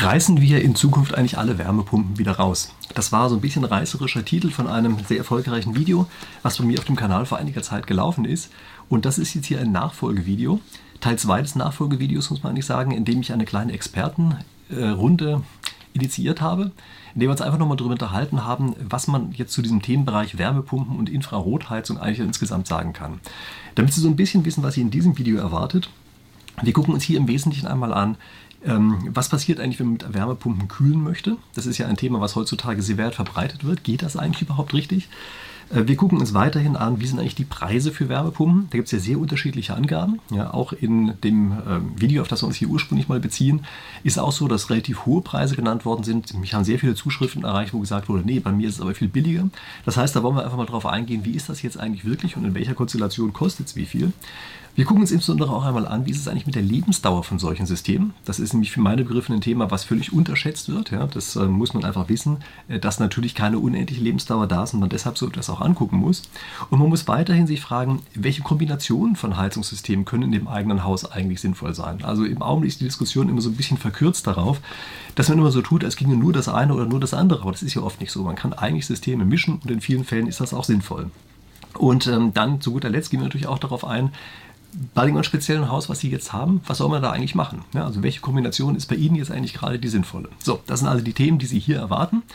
Reißen wir in Zukunft eigentlich alle Wärmepumpen wieder raus? Das war so ein bisschen reißerischer Titel von einem sehr erfolgreichen Video, was bei mir auf dem Kanal vor einiger Zeit gelaufen ist. Und das ist jetzt hier ein Nachfolgevideo. Teil 2 des Nachfolgevideos, muss man eigentlich sagen, in dem ich eine kleine Expertenrunde initiiert habe, in dem wir uns einfach nochmal darüber unterhalten haben, was man jetzt zu diesem Themenbereich Wärmepumpen und Infrarotheizung eigentlich insgesamt sagen kann. Damit Sie so ein bisschen wissen, was Sie in diesem Video erwartet, wir gucken uns hier im Wesentlichen einmal an, was passiert eigentlich, wenn man mit Wärmepumpen kühlen möchte. Das ist ja ein Thema, was heutzutage sehr weit verbreitet wird. Geht das eigentlich überhaupt richtig? Wir gucken uns weiterhin an, wie sind eigentlich die Preise für Wärmepumpen. Da gibt es ja sehr unterschiedliche Angaben. Ja, auch in dem Video, auf das wir uns hier ursprünglich mal beziehen, ist auch so, dass relativ hohe Preise genannt worden sind. Mich haben sehr viele Zuschriften erreicht, wo gesagt wurde, nee, bei mir ist es aber viel billiger. Das heißt, da wollen wir einfach mal drauf eingehen, wie ist das jetzt eigentlich wirklich und in welcher Konstellation kostet es wie viel. Wir gucken uns insbesondere auch einmal an, wie ist es eigentlich mit der Lebensdauer von solchen Systemen. Das ist nämlich für meine Begriffe ein Thema, was völlig unterschätzt wird. Ja, das muss man einfach wissen, dass natürlich keine unendliche Lebensdauer da ist und man deshalb so das auch angucken muss. Und man muss weiterhin sich fragen, welche Kombinationen von Heizungssystemen können in dem eigenen Haus eigentlich sinnvoll sein. Also im Augenblick ist die Diskussion immer so ein bisschen verkürzt darauf, dass man immer so tut, als ginge nur das eine oder nur das andere. Aber das ist ja oft nicht so. Man kann eigentlich Systeme mischen und in vielen Fällen ist das auch sinnvoll. Und dann zu guter Letzt gehen wir natürlich auch darauf ein, bei dem speziellen Haus, was Sie jetzt haben, was soll man da eigentlich machen? Ja, also welche Kombination ist bei Ihnen jetzt eigentlich gerade die sinnvolle? So, das sind also die Themen, die Sie hier erwarten.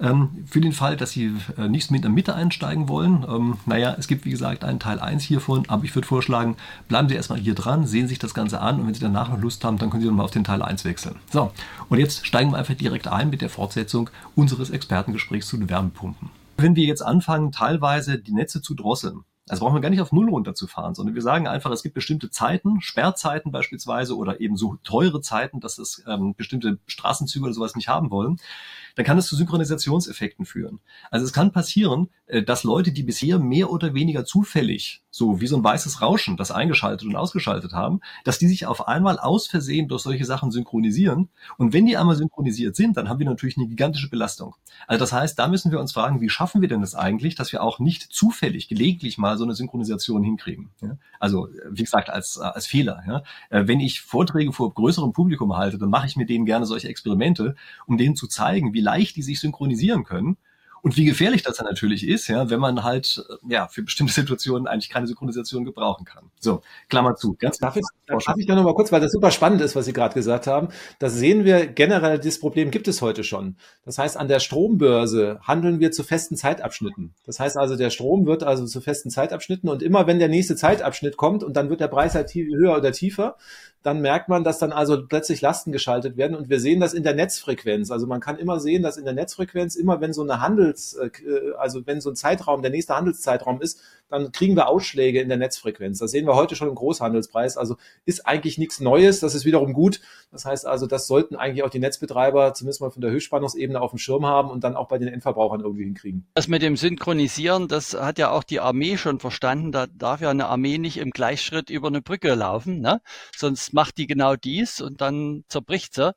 Für den Fall, dass Sie nicht mit in der Mitte einsteigen wollen, es gibt wie gesagt einen Teil 1 hiervon, aber ich würde vorschlagen, bleiben Sie erstmal hier dran, sehen sich das Ganze an und wenn Sie danach noch Lust haben, dann können Sie mal auf den Teil 1 wechseln. So, und jetzt steigen wir einfach direkt ein mit der Fortsetzung unseres Expertengesprächs zu den Wärmepumpen. Wenn wir jetzt anfangen, teilweise die Netze zu drosseln, also brauchen wir gar nicht auf Null runterzufahren, sondern wir sagen einfach, es gibt bestimmte Zeiten, Sperrzeiten beispielsweise oder eben so teure Zeiten, dass es bestimmte Straßenzüge oder sowas nicht haben wollen, dann kann es zu Synchronisationseffekten führen. Also es kann passieren, dass Leute, die bisher mehr oder weniger zufällig, so wie so ein weißes Rauschen, das eingeschaltet und ausgeschaltet haben, dass die sich auf einmal aus Versehen durch solche Sachen synchronisieren. Und wenn die einmal synchronisiert sind, dann haben wir natürlich eine gigantische Belastung. Also das heißt, da müssen wir uns fragen, wie schaffen wir denn das eigentlich, dass wir auch nicht zufällig, gelegentlich mal so eine Synchronisation hinkriegen. Ja? Also wie gesagt, als Fehler. Ja? Wenn ich Vorträge vor größerem Publikum halte, dann mache ich mit denen gerne solche Experimente, um denen zu zeigen, wie leicht die sich synchronisieren können. Und wie gefährlich das dann natürlich ist, ja, wenn man halt für bestimmte Situationen eigentlich keine Synchronisation gebrauchen kann. So, Klammer zu. Darf ich da noch mal kurz, weil das super spannend ist, was Sie gerade gesagt haben. Das sehen wir generell, dieses Problem gibt es heute schon. Das heißt, an der Strombörse handeln wir zu festen Zeitabschnitten. Das heißt also, der Strom wird also zu festen Zeitabschnitten und immer wenn der nächste Zeitabschnitt kommt und dann wird der Preis halt höher oder tiefer, dann merkt man, dass dann also plötzlich Lasten geschaltet werden und wir sehen das in der Netzfrequenz. Also man kann immer sehen, dass in der Netzfrequenz immer wenn so eine wenn so ein Zeitraum, der nächste Handelszeitraum ist, dann kriegen wir Ausschläge in der Netzfrequenz. Das sehen wir heute schon im Großhandelspreis. Also ist eigentlich nichts Neues. Das ist wiederum gut. Das heißt also, das sollten eigentlich auch die Netzbetreiber zumindest mal von der Höchstspannungsebene auf dem Schirm haben und dann auch bei den Endverbrauchern irgendwie hinkriegen. Das mit dem Synchronisieren, das hat ja auch die Armee schon verstanden. Da darf ja eine Armee nicht im Gleichschritt über eine Brücke laufen, ne? Sonst macht die genau dies und dann zerbricht sie.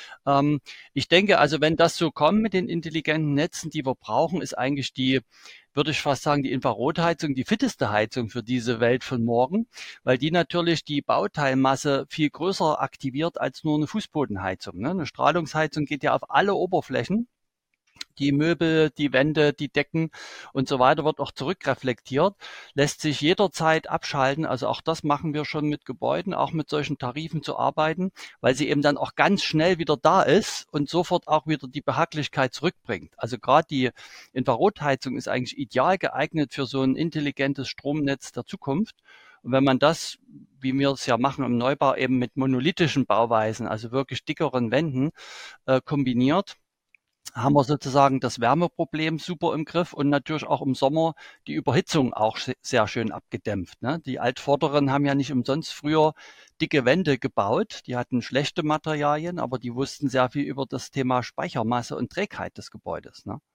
Ich denke also, wenn das so kommt mit den intelligenten Netzen, die wir brauchen, ist eigentlich würde ich fast sagen, die Infrarotheizung die fitteste Heizung für diese Welt von morgen, weil die natürlich die Bauteilmasse viel größer aktiviert als nur eine Fußbodenheizung. Ne? Eine Strahlungsheizung geht ja auf alle Oberflächen. Die Möbel, die Wände, die Decken und so weiter wird auch zurückreflektiert, lässt sich jederzeit abschalten. Also auch das machen wir schon mit Gebäuden, auch mit solchen Tarifen zu arbeiten, weil sie eben dann auch ganz schnell wieder da ist und sofort auch wieder die Behaglichkeit zurückbringt. Also gerade die Infrarotheizung ist eigentlich ideal geeignet für so ein intelligentes Stromnetz der Zukunft. Und wenn man das, wie wir es ja machen im Neubau, eben mit monolithischen Bauweisen, also wirklich dickeren Wänden, kombiniert, haben wir sozusagen das Wärmeproblem super im Griff und natürlich auch im Sommer die Überhitzung auch sehr schön abgedämpft. Ne? Die Altvorderen haben ja nicht umsonst früher dicke Wände gebaut. Die hatten schlechte Materialien, aber die wussten sehr viel über das Thema Speichermasse und Trägheit des Gebäudes. Ne?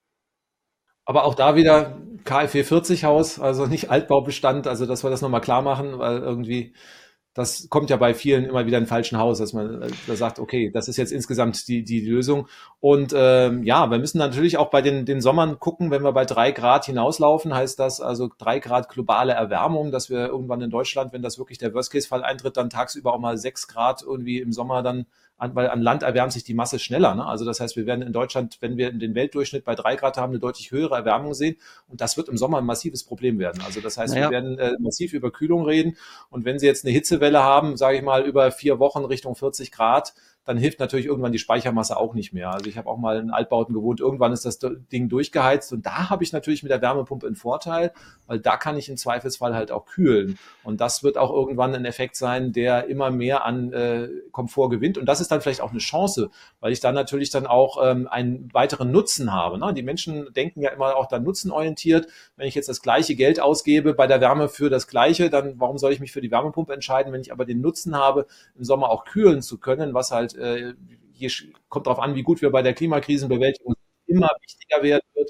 Aber auch da wieder KfW 40 Haus, also nicht Altbaubestand, also dass wir das nochmal klar machen, weil irgendwie das kommt ja bei vielen immer wieder in falschen Haus, dass man da sagt, okay, das ist jetzt insgesamt die Lösung. Und wir müssen natürlich auch bei den Sommern gucken, wenn wir bei 3 Grad hinauslaufen, heißt das also 3 Grad globale Erwärmung, dass wir irgendwann in Deutschland, wenn das wirklich der Worst-Case-Fall eintritt, dann tagsüber auch mal 6 Grad irgendwie im Sommer dann weil an Land erwärmt sich die Masse schneller. Ne? Also das heißt, wir werden in Deutschland, wenn wir den Weltdurchschnitt bei 3 Grad haben, eine deutlich höhere Erwärmung sehen. Und das wird im Sommer ein massives Problem werden. Also das heißt, wir werden massiv über Kühlung reden. Und wenn Sie jetzt eine Hitzewelle haben, sage ich mal, über 4 Wochen Richtung 40 Grad, dann hilft natürlich irgendwann die Speichermasse auch nicht mehr. Also ich habe auch mal in Altbauten gewohnt, irgendwann ist das Ding durchgeheizt und da habe ich natürlich mit der Wärmepumpe einen Vorteil, weil da kann ich im Zweifelsfall halt auch kühlen. Und das wird auch irgendwann ein Effekt sein, der immer mehr an Komfort gewinnt. Und das ist dann vielleicht auch eine Chance, weil ich dann natürlich dann auch einen weiteren Nutzen habe. Ne? Die Menschen denken ja immer auch dann nutzenorientiert. Wenn ich jetzt das gleiche Geld ausgebe bei der Wärme für das Gleiche, dann warum soll ich mich für die Wärmepumpe entscheiden, wenn ich aber den Nutzen habe, im Sommer auch kühlen zu können, was halt hier kommt darauf an, wie gut wir bei der Klimakrisenbewältigung immer wichtiger werden wird,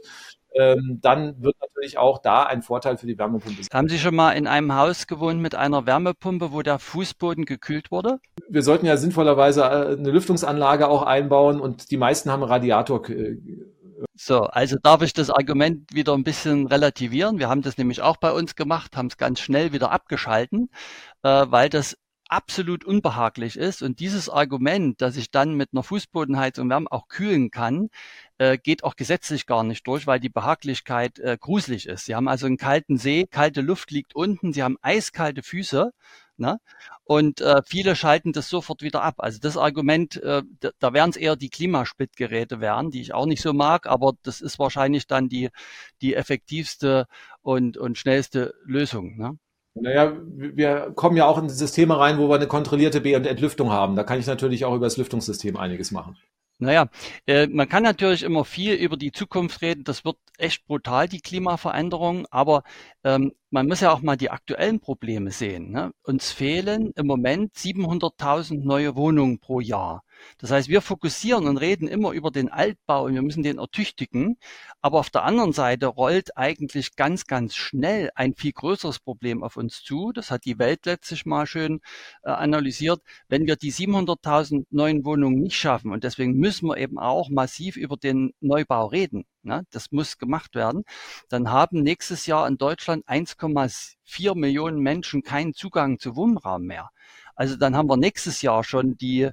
dann wird natürlich auch da ein Vorteil für die Wärmepumpe sein. Haben Sie schon mal in einem Haus gewohnt mit einer Wärmepumpe, wo der Fußboden gekühlt wurde? Wir sollten ja sinnvollerweise eine Lüftungsanlage auch einbauen und die meisten haben einen Radiator. So, also darf ich das Argument wieder ein bisschen relativieren. Wir haben das nämlich auch bei uns gemacht, haben es ganz schnell wieder abgeschalten, weil das absolut unbehaglich ist. Und dieses Argument, dass ich dann mit einer Fußbodenheizung Wärme auch kühlen kann, geht auch gesetzlich gar nicht durch, weil die Behaglichkeit gruselig ist. Sie haben also einen kalten See, kalte Luft liegt unten, Sie haben eiskalte Füße, ne? Und viele schalten das sofort wieder ab. Also das Argument, da werden es eher die Klimasplittgeräte werden, die ich auch nicht so mag, aber das ist wahrscheinlich dann die effektivste und schnellste Lösung, ne? Naja, wir kommen ja auch in Systeme rein, wo wir eine kontrollierte Be- und Entlüftung haben. Da kann ich natürlich auch über das Lüftungssystem einiges machen. Naja, man kann natürlich immer viel über die Zukunft reden. Das wird echt brutal, die Klimaveränderung. Aber man muss ja auch mal die aktuellen Probleme sehen, ne? Uns fehlen im Moment 700.000 neue Wohnungen pro Jahr. Das heißt, wir fokussieren und reden immer über den Altbau und wir müssen den ertüchtigen. Aber auf der anderen Seite rollt eigentlich ganz, ganz schnell ein viel größeres Problem auf uns zu. Das hat die Welt letztlich mal schön analysiert. Wenn wir die 700.000 neuen Wohnungen nicht schaffen, und deswegen müssen wir eben auch massiv über den Neubau reden, ne? Das muss gemacht werden, dann haben nächstes Jahr in Deutschland 1,4 Millionen Menschen keinen Zugang zu Wohnraum mehr. Also dann haben wir nächstes Jahr schon die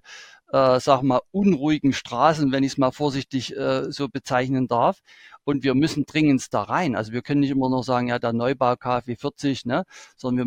sag mal, unruhigen Straßen, wenn ich es mal vorsichtig so bezeichnen darf. Und wir müssen dringend da rein. Also wir können nicht immer nur sagen, ja, der Neubau KfW 40, ne, sondern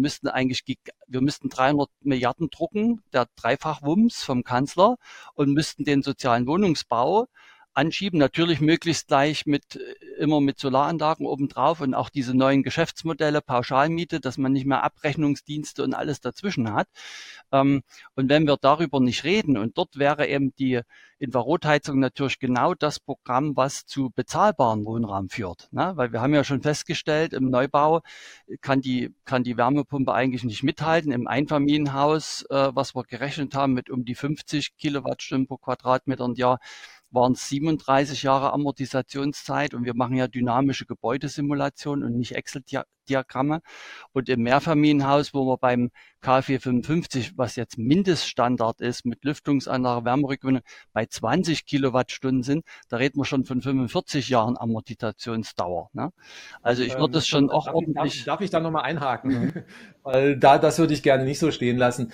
wir müssten 300 Milliarden drucken, der Dreifachwumms vom Kanzler, und müssten den sozialen Wohnungsbau anschieben, natürlich möglichst gleich immer mit Solaranlagen obendrauf und auch diese neuen Geschäftsmodelle, Pauschalmiete, dass man nicht mehr Abrechnungsdienste und alles dazwischen hat. Und wenn wir darüber nicht reden, und dort wäre eben die Infrarotheizung natürlich genau das Programm, was zu bezahlbaren Wohnraum führt, ne? Weil wir haben ja schon festgestellt, im Neubau kann die Wärmepumpe eigentlich nicht mithalten. Im Einfamilienhaus, was wir gerechnet haben mit um die 50 Kilowattstunden pro Quadratmeter und Jahr, waren es 37 Jahre Amortisationszeit, und wir machen ja dynamische Gebäudesimulationen und nicht Excel-Diagramme. Und im Mehrfamilienhaus, wo wir beim KfW 55, was jetzt Mindeststandard ist, mit Lüftungsanlage, Wärmerückgewinnung, bei 20 Kilowattstunden sind, da reden wir schon von 45 Jahren Amortisationsdauer, ne? Also ich würde das schon auch ordentlich... Darf ich da nochmal einhaken? Weil das würde ich gerne nicht so stehen lassen.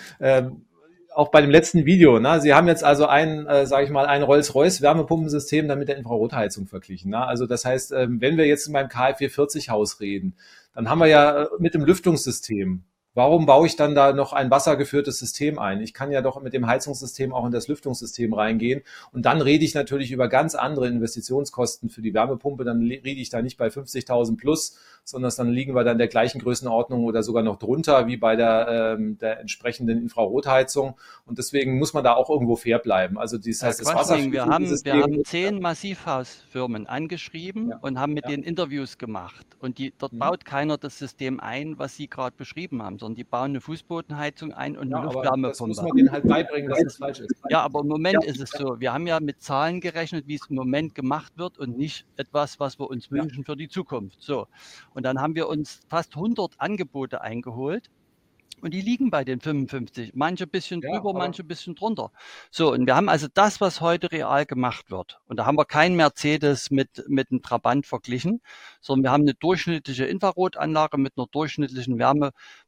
Auch bei dem letzten Video, ne? Sie haben jetzt also sage ich mal, ein Rolls-Royce Wärmepumpensystem dann mit der Infrarotheizung verglichen, ne? Also das heißt, wenn wir jetzt in meinem KfW 40 Haus reden, dann haben wir ja mit dem Lüftungssystem. Warum baue ich dann da noch ein wassergeführtes System ein? Ich kann ja doch mit dem Heizungssystem auch in das Lüftungssystem reingehen. Und dann rede ich natürlich über ganz andere Investitionskosten für die Wärmepumpe. Dann rede ich da nicht bei 50.000 plus, sondern dann liegen wir dann der gleichen Größenordnung oder sogar noch drunter wie bei der entsprechenden Infrarotheizung. Und deswegen muss man da auch irgendwo fair bleiben. Also das heißt, das Wasser. Wir haben 10 Massivhausfirmen angeschrieben und haben mit denen Interviews gemacht. Und dort baut keiner das System ein, was Sie gerade beschrieben haben, sondern die bauen eine Fußbodenheizung ein und eine Luftwärmepumpe. Das muss man denen halt beibringen, dass das falsch ist. Ja, aber im Moment ist es so. Wir haben ja mit Zahlen gerechnet, wie es im Moment gemacht wird und nicht etwas, was wir uns wünschen für die Zukunft. So. Und dann haben wir uns fast 100 Angebote eingeholt. Und die liegen bei den 55, manche ein bisschen drüber, manche ein bisschen drunter. So, und wir haben also das, was heute real gemacht wird. Und da haben wir kein Mercedes mit einem Trabant verglichen, sondern wir haben eine durchschnittliche Infrarotanlage mit einer durchschnittlichen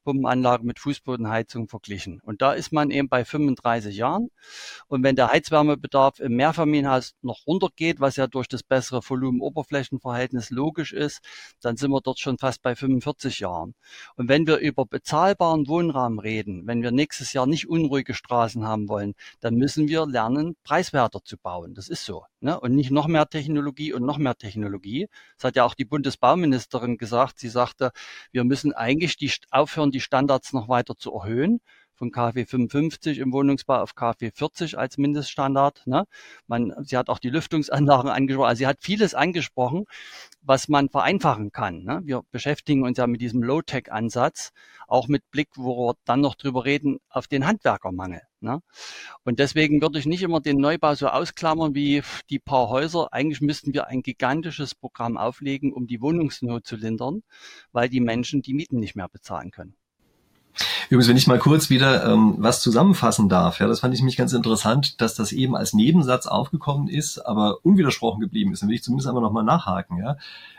Wärmepumpenanlage mit Fußbodenheizung verglichen. Und da ist man eben bei 35 Jahren. Und wenn der Heizwärmebedarf im Mehrfamilienhaus noch runtergeht, was ja durch das bessere Volumen-Oberflächenverhältnis logisch ist, dann sind wir dort schon fast bei 45 Jahren. Und wenn wir über bezahlbaren Wohnraum reden, wenn wir nächstes Jahr nicht unruhige Straßen haben wollen, dann müssen wir lernen, preiswerter zu bauen. Das ist so. Ne? Und nicht noch mehr Technologie und noch mehr Technologie. Das hat ja auch die Bundesbauministerin gesagt. Sie sagte, wir müssen eigentlich aufhören, die Standards noch weiter zu erhöhen. Von KfW 55 im Wohnungsbau auf KfW 40 als Mindeststandard. Ne? Sie hat auch die Lüftungsanlagen angesprochen. Also sie hat vieles angesprochen, was man vereinfachen kann. Ne? Wir beschäftigen uns ja mit diesem Low-Tech-Ansatz, auch mit Blick, wo wir dann noch drüber reden, auf den Handwerkermangel. Ne? Und deswegen würde ich nicht immer den Neubau so ausklammern wie die paar Häuser. Eigentlich müssten wir ein gigantisches Programm auflegen, um die Wohnungsnot zu lindern, weil die Menschen die Mieten nicht mehr bezahlen können. Übrigens, wenn ich mal kurz wieder was zusammenfassen darf, ja, das fand ich nämlich ganz interessant, dass das eben als Nebensatz aufgekommen ist, aber unwidersprochen geblieben ist. Dann will ich zumindest einmal nochmal nachhaken. Ja.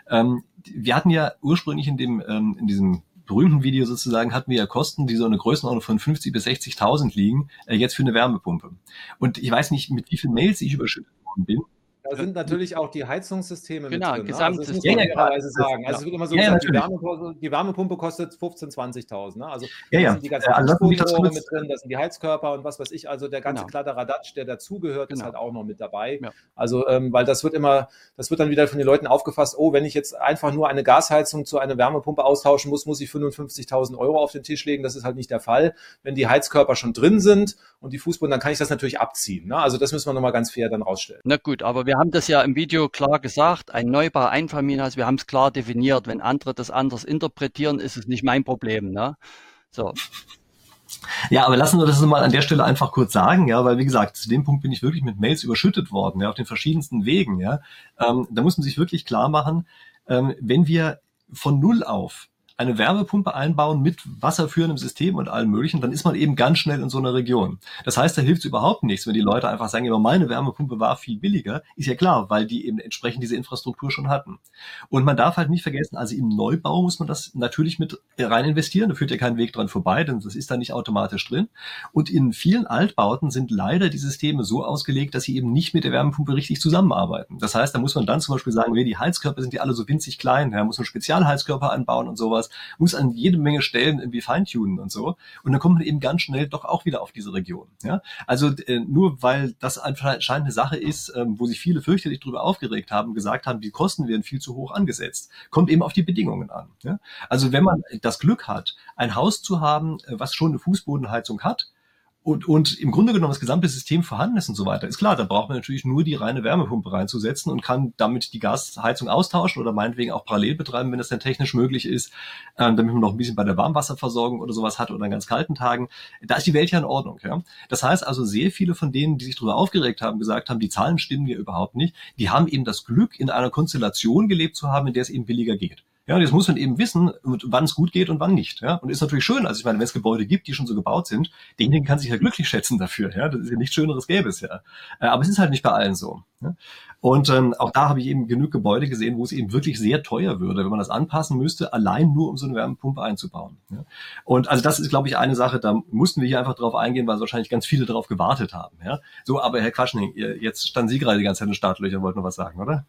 Wir hatten ja ursprünglich in diesem berühmten Video sozusagen, hatten wir ja Kosten, die so eine Größenordnung von 50.000 bis 60.000 liegen, jetzt für eine Wärmepumpe. Und ich weiß nicht, mit wie vielen Mails ich überschüttet worden bin. Da sind natürlich auch die Heizungssysteme genau, mit drin. Gesamtes. Also das muss man fairerweise sagen. Ja. Also es wird immer so gesagt, die Wärmepumpe kostet 15.000, 20.000. Ne? Also da sind die ganzen Fußbodenrohre mit drin, da sind die Heizkörper und was weiß ich. Also der ganze Kladderadatsch, der dazugehört, ist halt auch noch mit dabei. Ja. Also weil das wird dann wieder von den Leuten aufgefasst, oh, wenn ich jetzt einfach nur eine Gasheizung zu einer Wärmepumpe austauschen muss ich 55.000 Euro auf den Tisch legen. Das ist halt nicht der Fall. Wenn die Heizkörper schon drin sind und die Fußboden, dann kann ich das natürlich abziehen. Ne? Also das müssen wir nochmal ganz fair dann rausstellen. Na gut, aber wir haben das ja im Video klar gesagt, ein Neubau, Einfamilienhaus, wir haben es klar definiert. Wenn andere das anders interpretieren, ist es nicht mein Problem. Ne? So. Ja, aber lassen wir das mal an der Stelle einfach kurz sagen, ja, weil wie gesagt, zu dem Punkt bin ich wirklich mit Mails überschüttet worden, ja, auf den verschiedensten Wegen, ja. Da muss man sich wirklich klar machen, wenn wir von null auf eine Wärmepumpe einbauen mit wasserführendem System und allem Möglichen, dann ist man eben ganz schnell in so einer Region. Das heißt, da hilft es überhaupt nichts, wenn die Leute einfach sagen, ja, meine Wärmepumpe war viel billiger. Ist ja klar, weil die eben entsprechend diese Infrastruktur schon hatten. Und man darf halt nicht vergessen, also im Neubau muss man das natürlich mit rein investieren. Da führt ja kein Weg dran vorbei, denn das ist da nicht automatisch drin. Und in vielen Altbauten sind leider die Systeme so ausgelegt, dass sie eben nicht mit der Wärmepumpe richtig zusammenarbeiten. Das heißt, da muss man dann zum Beispiel sagen, die Heizkörper sind ja alle so winzig klein, da muss man Spezialheizkörper anbauen und sowas. Muss an jede Menge Stellen irgendwie feintunen und so. Und dann kommt man eben ganz schnell doch auch wieder auf diese Region. Ja? Also nur weil das anscheinend eine Sache ist, wo sich viele fürchterlich darüber aufgeregt haben, gesagt haben, die Kosten werden viel zu hoch angesetzt, kommt eben auf die Bedingungen an. Ja? Also wenn man das Glück hat, ein Haus zu haben, was schon eine Fußbodenheizung hat, und im Grunde genommen das gesamte System vorhanden ist und so weiter, ist klar, da braucht man natürlich nur die reine Wärmepumpe reinzusetzen und kann damit die Gasheizung austauschen oder meinetwegen auch parallel betreiben, wenn das dann technisch möglich ist, damit man noch ein bisschen bei der Warmwasserversorgung oder sowas hat oder an ganz kalten Tagen. Da ist die Welt ja in Ordnung. Ja? Das heißt also, sehr viele von denen, die sich darüber aufgeregt haben, gesagt haben, die Zahlen stimmen mir überhaupt nicht, die haben eben das Glück, in einer Konstellation gelebt zu haben, in der es eben billiger geht. Ja, und jetzt muss man eben wissen, wann es gut geht und wann nicht. Ja, und ist natürlich schön. Also ich meine, wenn es Gebäude gibt, die schon so gebaut sind, denjenigen kann sich ja glücklich schätzen dafür. Ja, das ist ja nichts Schöneres gäbe es ja. Aber es ist halt nicht bei allen so. Ja? Und auch da habe ich eben genug Gebäude gesehen, wo es eben wirklich sehr teuer würde, wenn man das anpassen müsste, allein nur um so eine Wärmepumpe einzubauen. Ja? Und also das ist, glaube ich, eine Sache, da mussten wir hier einfach drauf eingehen, weil wahrscheinlich ganz viele darauf gewartet haben. Ja? So, aber Herr Quaschning, jetzt standen Sie gerade die ganze Zeit in den Startlöchern, wollten noch was sagen, oder?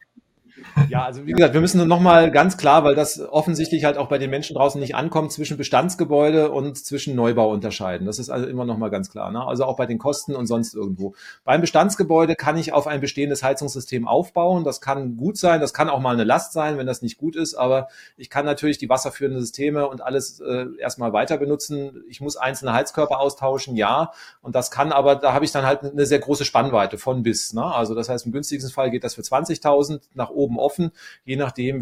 Ja, also wie gesagt, wir müssen noch mal ganz klar, weil das offensichtlich halt auch bei den Menschen draußen nicht ankommt, zwischen Bestandsgebäude und zwischen Neubau unterscheiden. Das ist also immer noch mal ganz klar. Ne? Also auch bei den Kosten und sonst irgendwo. Beim Bestandsgebäude kann ich auf ein bestehendes Heizungssystem aufbauen. Das kann gut sein, das kann auch mal eine Last sein, wenn das nicht gut ist. Aber ich kann natürlich die wasserführenden Systeme und alles erstmal weiter benutzen. Ich muss einzelne Heizkörper austauschen, ja. Und das kann aber, da habe ich dann halt eine sehr große Spannweite von bis. Ne? Also das heißt, im günstigsten Fall geht das für 20.000 nach oben offen, je nachdem,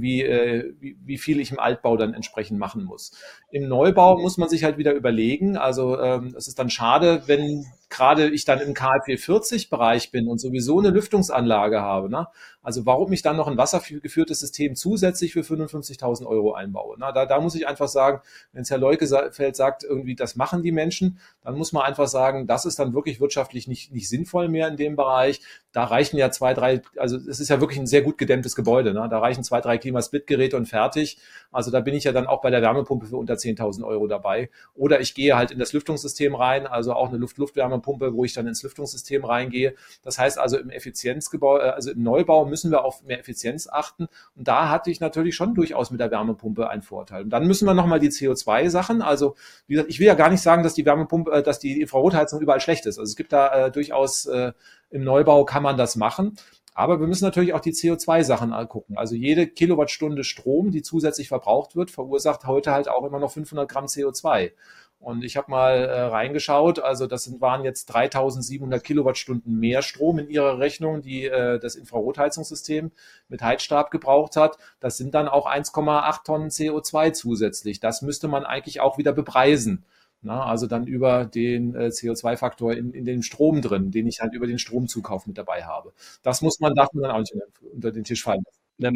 wie viel ich im Altbau dann entsprechend machen muss. Im Neubau muss man sich halt wieder überlegen, also es ist dann schade, wenn gerade ich dann im KfW 40 Bereich bin und sowieso eine Lüftungsanlage habe, ne? Also warum ich dann noch ein wassergeführtes System zusätzlich für 55.000 Euro einbaue? Na, da muss ich einfach sagen, wenn es Herr Leukefeld sagt, irgendwie das machen die Menschen, dann muss man einfach sagen, das ist dann wirklich wirtschaftlich nicht sinnvoll mehr in dem Bereich. Da reichen ja 2, 3, also es ist ja wirklich ein sehr gut gedämmtes Gebäude, ne? Da reichen 2, 3 Klimasplitgeräte und fertig. Also da bin ich ja dann auch bei der Wärmepumpe für unter 10.000 Euro dabei. Oder ich gehe halt in das Lüftungssystem rein, also auch eine Luft-Luft-Wärmepumpe, wo ich dann ins Lüftungssystem reingehe. Das heißt also im Effizienzgebäude, also im Neubau müssen wir auf mehr Effizienz achten. Und da hatte ich natürlich schon durchaus mit der Wärmepumpe einen Vorteil. Und dann müssen wir nochmal die CO2-Sachen, also wie gesagt, ich will ja gar nicht sagen, dass die Wärmepumpe, dass die Infrarotheizung überall schlecht ist. Also es gibt da durchaus im Neubau kann man das machen. Aber wir müssen natürlich auch die CO2-Sachen angucken. Also jede Kilowattstunde Strom, die zusätzlich verbraucht wird, verursacht heute halt auch immer noch 500 Gramm CO2. Und ich habe mal reingeschaut, also das waren jetzt 3.700 Kilowattstunden mehr Strom in ihrer Rechnung, die das Infrarotheizungssystem mit Heizstab gebraucht hat. Das sind dann auch 1,8 Tonnen CO2 zusätzlich. Das müsste man eigentlich auch wieder bepreisen. Na, also dann über den CO2-Faktor in dem Strom drin, den ich halt über den Stromzukauf mit dabei habe. Das darf man dann auch nicht unter den Tisch fallen lassen. Wenn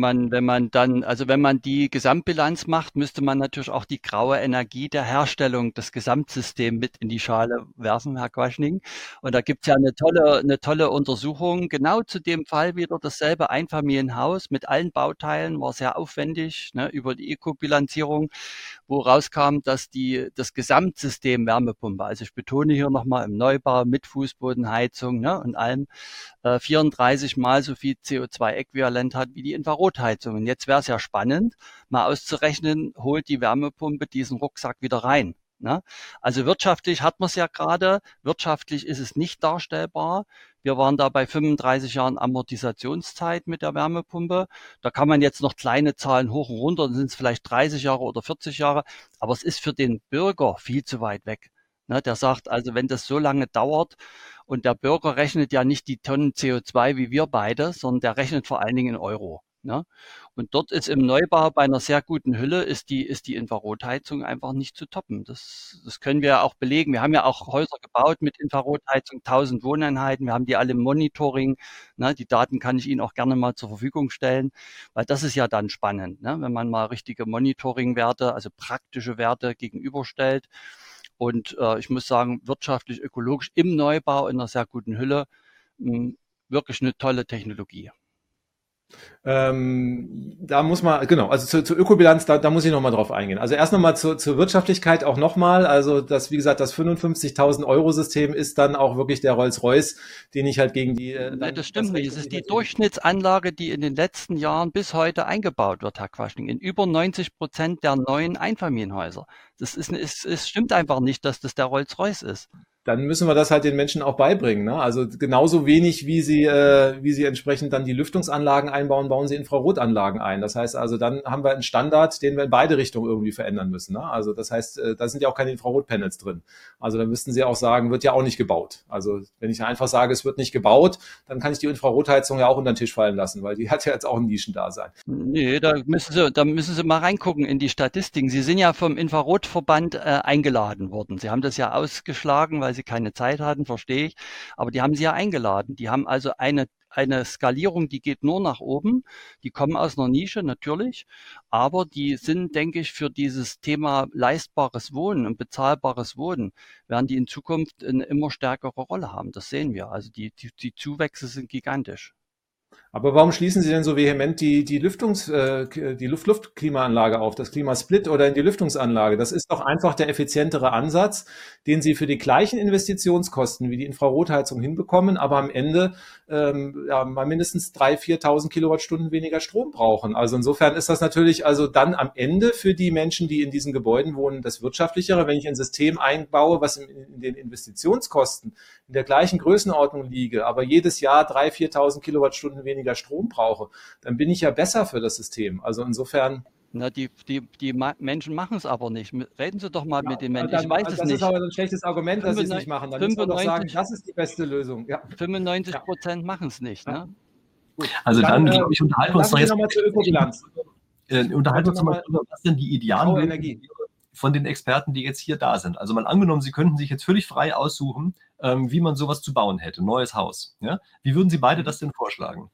man die Gesamtbilanz macht, müsste man natürlich auch die graue Energie der Herstellung, das Gesamtsystem mit in die Schale werfen, Herr Quaschning. Und da gibt's ja eine tolle Untersuchung, genau zu dem Fall wieder dasselbe Einfamilienhaus mit allen Bauteilen, war sehr aufwendig, ne, über die Ökobilanzierung, wo rauskam, dass das Gesamtsystem Wärmepumpe, also ich betone hier nochmal im Neubau mit Fußbodenheizung, ne, und allem, 34 mal so viel CO2-Äquivalent hat wie die Infrarotheizung. Und jetzt wäre es ja spannend, mal auszurechnen, holt die Wärmepumpe diesen Rucksack wieder rein. Ne? Also wirtschaftlich hat man es ja gerade, wirtschaftlich ist es nicht darstellbar. Wir waren da bei 35 Jahren Amortisationszeit mit der Wärmepumpe. Da kann man jetzt noch kleine Zahlen hoch und runter, dann sind es vielleicht 30 Jahre oder 40 Jahre, aber es ist für den Bürger viel zu weit weg. Ne, der sagt also, wenn das so lange dauert und der Bürger rechnet ja nicht die Tonnen CO2 wie wir beide, sondern der rechnet vor allen Dingen in Euro. Ne? Und dort ist im Neubau bei einer sehr guten Hülle ist die Infrarotheizung einfach nicht zu toppen. Das können wir ja auch belegen. Wir haben ja auch Häuser gebaut mit Infrarotheizung, 1000 Wohneinheiten. Wir haben die alle im Monitoring. Ne? Die Daten kann ich Ihnen auch gerne mal zur Verfügung stellen, weil das ist ja dann spannend, ne? Wenn man mal richtige Monitoring-Werte, also praktische Werte gegenüberstellt. Und ich muss sagen, wirtschaftlich, ökologisch im Neubau in einer sehr guten Hülle, wirklich eine tolle Technologie. Da muss man, genau, also zur Ökobilanz, da muss ich nochmal drauf eingehen. Also erst nochmal zur Wirtschaftlichkeit auch nochmal, also das, wie gesagt, das 55.000 Euro System ist dann auch wirklich der Rolls-Royce, den ich halt gegen die... Nein, das stimmt nicht. Es ist die Durchschnittsanlage, die in den letzten Jahren bis heute eingebaut wird, Herr Quaschning, in über 90% der neuen Einfamilienhäuser. Es stimmt einfach nicht, dass das der Rolls-Royce ist. Dann müssen wir das halt den Menschen auch beibringen. Ne? Also genauso wenig, wie sie entsprechend dann die Lüftungsanlagen einbauen, bauen sie Infrarotanlagen ein. Das heißt also, dann haben wir einen Standard, den wir in beide Richtungen irgendwie verändern müssen. Ne? Also das heißt, da sind ja auch keine Infrarotpanels drin. Also dann müssten sie auch sagen, wird ja auch nicht gebaut. Also wenn ich einfach sage, es wird nicht gebaut, dann kann ich die Infrarotheizung ja auch unter den Tisch fallen lassen, weil die hat ja jetzt auch ein Nischendasein. Nee, da müssen Sie mal reingucken in die Statistiken. Sie sind ja vom Infrarotverband eingeladen worden. Sie haben das ja ausgeschlagen, weil Sie keine Zeit hatten, verstehe ich. Aber die haben Sie ja eingeladen. Die haben also eine Skalierung, die geht nur nach oben. Die kommen aus einer Nische, natürlich. Aber die sind, denke ich, für dieses Thema leistbares Wohnen und bezahlbares Wohnen, werden die in Zukunft eine immer stärkere Rolle haben. Das sehen wir. Also die Zuwächse sind gigantisch. Aber warum schließen Sie denn so vehement die Luft-Luft-Klimaanlage auf, das Klimasplit oder in die Lüftungsanlage? Das ist doch einfach der effizientere Ansatz, den Sie für die gleichen Investitionskosten wie die Infrarotheizung hinbekommen, aber am Ende mal mindestens 3.000, 4.000 Kilowattstunden weniger Strom brauchen. Also insofern ist das natürlich also dann am Ende für die Menschen, die in diesen Gebäuden wohnen, das Wirtschaftlichere, wenn ich ein System einbaue, was in den Investitionskosten in der gleichen Größenordnung liege, aber jedes Jahr 3.000, 4.000 Kilowattstunden weniger Strom brauche, dann bin ich ja besser für das System. Also insofern... Na, die Menschen machen es aber nicht. Reden Sie doch mal mit den Menschen. Ich weiß es nicht. Das ist aber ein schlechtes Argument, dass sie es nicht machen. Dann müssen wir doch sagen, das ist die beste Lösung. Ja. 95% machen es nicht. Ne? Gut. Also dann glaube ich, unterhalten wir uns noch jetzt nochmal zur Ökobilanz. Unterhalten wir uns mal darüber, was denn die idealen Lösungen von den Experten, die jetzt hier da sind. Also mal angenommen, Sie könnten sich jetzt völlig frei aussuchen, wie man sowas zu bauen hätte, neues Haus. Ja? Wie würden Sie beide das denn vorschlagen?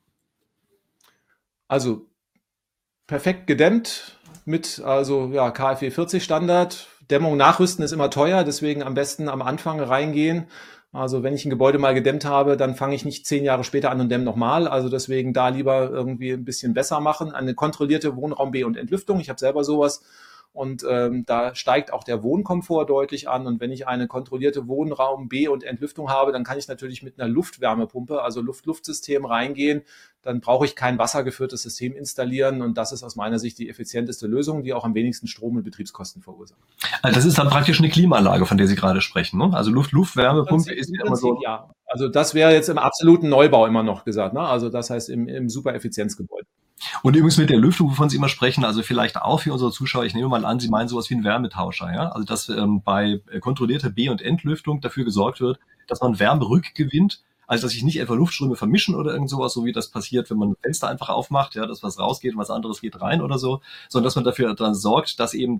Also perfekt gedämmt mit also ja, KfW 40 Standard. Dämmung nachrüsten ist immer teuer, deswegen am besten am Anfang reingehen. Also wenn ich ein Gebäude mal gedämmt habe, dann fange ich nicht 10 Jahre später an und dämme nochmal. Also deswegen da lieber irgendwie ein bisschen besser machen. Eine kontrollierte Wohnraum- B- und Entlüftung. Ich habe selber sowas. Und da steigt auch der Wohnkomfort deutlich an. Und wenn ich eine kontrollierte Wohnraum-, B- und Entlüftung habe, dann kann ich natürlich mit einer Luftwärmepumpe, also Luft-Luft-System reingehen. Dann brauche ich kein wassergeführtes System installieren. Und das ist aus meiner Sicht die effizienteste Lösung, die auch am wenigsten Strom- und Betriebskosten verursacht. Also das ist dann praktisch eine Klimaanlage, von der Sie gerade sprechen. Ne? Also Luft-Wärmepumpe ist Im ja immer Prinzip so. ja. Also das wäre jetzt im absoluten Neubau immer noch gesagt. Ne? Also das heißt im Supereffizienzgebäude. Und übrigens mit der Lüftung, wovon Sie immer sprechen, also vielleicht auch für unsere Zuschauer, ich nehme mal an, Sie meinen sowas wie einen Wärmetauscher, ja? Also dass bei kontrollierter B- und Entlüftung dafür gesorgt wird, dass man Wärme rückgewinnt, also dass sich nicht etwa Luftströme vermischen oder irgend sowas, so wie das passiert, wenn man ein Fenster einfach aufmacht, ja, dass was rausgeht und was anderes geht rein oder so, sondern dass man dafür dann sorgt, dass eben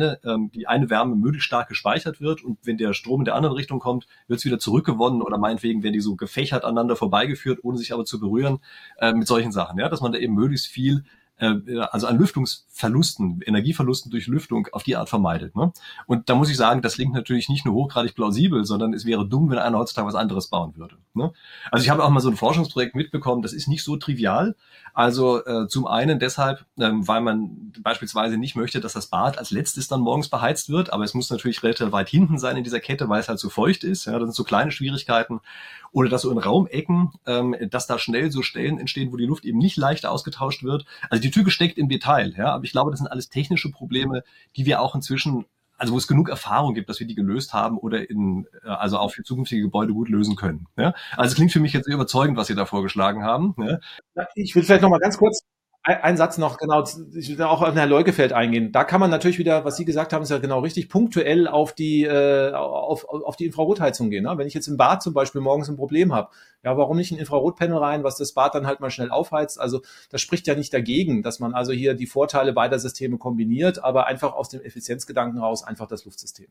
die eine Wärme möglichst stark gespeichert wird und wenn der Strom in der anderen Richtung kommt, wird es wieder zurückgewonnen oder meinetwegen werden die so gefächert aneinander vorbeigeführt, ohne sich aber zu berühren, mit solchen Sachen, ja, dass man da eben möglichst viel also an Lüftungsverlusten, Energieverlusten durch Lüftung auf die Art vermeidet. Ne? Und da muss ich sagen, das klingt natürlich nicht nur hochgradig plausibel, sondern es wäre dumm, wenn einer heutzutage was anderes bauen würde. Ne? Also ich habe auch mal so ein Forschungsprojekt mitbekommen, das ist nicht so trivial. Also zum einen deshalb, weil man beispielsweise nicht möchte, dass das Bad als letztes dann morgens beheizt wird, aber es muss natürlich relativ weit hinten sein in dieser Kette, weil es halt so feucht ist. Ja, das sind so kleine Schwierigkeiten. Oder dass so in Raumecken, dass da schnell so Stellen entstehen, wo die Luft eben nicht leicht ausgetauscht wird. Also die Tücke steckt im Detail, ja, aber ich glaube, das sind alles technische Probleme, die wir auch inzwischen, also wo es genug Erfahrung gibt, dass wir die gelöst haben oder also auch für zukünftige Gebäude gut lösen können. Ja? Also es klingt für mich jetzt sehr überzeugend, was Sie da vorgeschlagen haben. Ja? Ich will vielleicht noch mal ganz kurz ein Satz noch, genau, ich will auch auf Herrn Leukefeld eingehen. Da kann man natürlich wieder, was Sie gesagt haben, ist ja genau richtig, punktuell auf die Infrarotheizung gehen. Ne? Wenn ich jetzt im Bad zum Beispiel morgens ein Problem habe, ja, warum nicht ein Infrarotpanel rein, was das Bad dann halt mal schnell aufheizt? Also das spricht ja nicht dagegen, dass man also hier die Vorteile beider Systeme kombiniert, aber einfach aus dem Effizienzgedanken raus einfach das Luftsystem.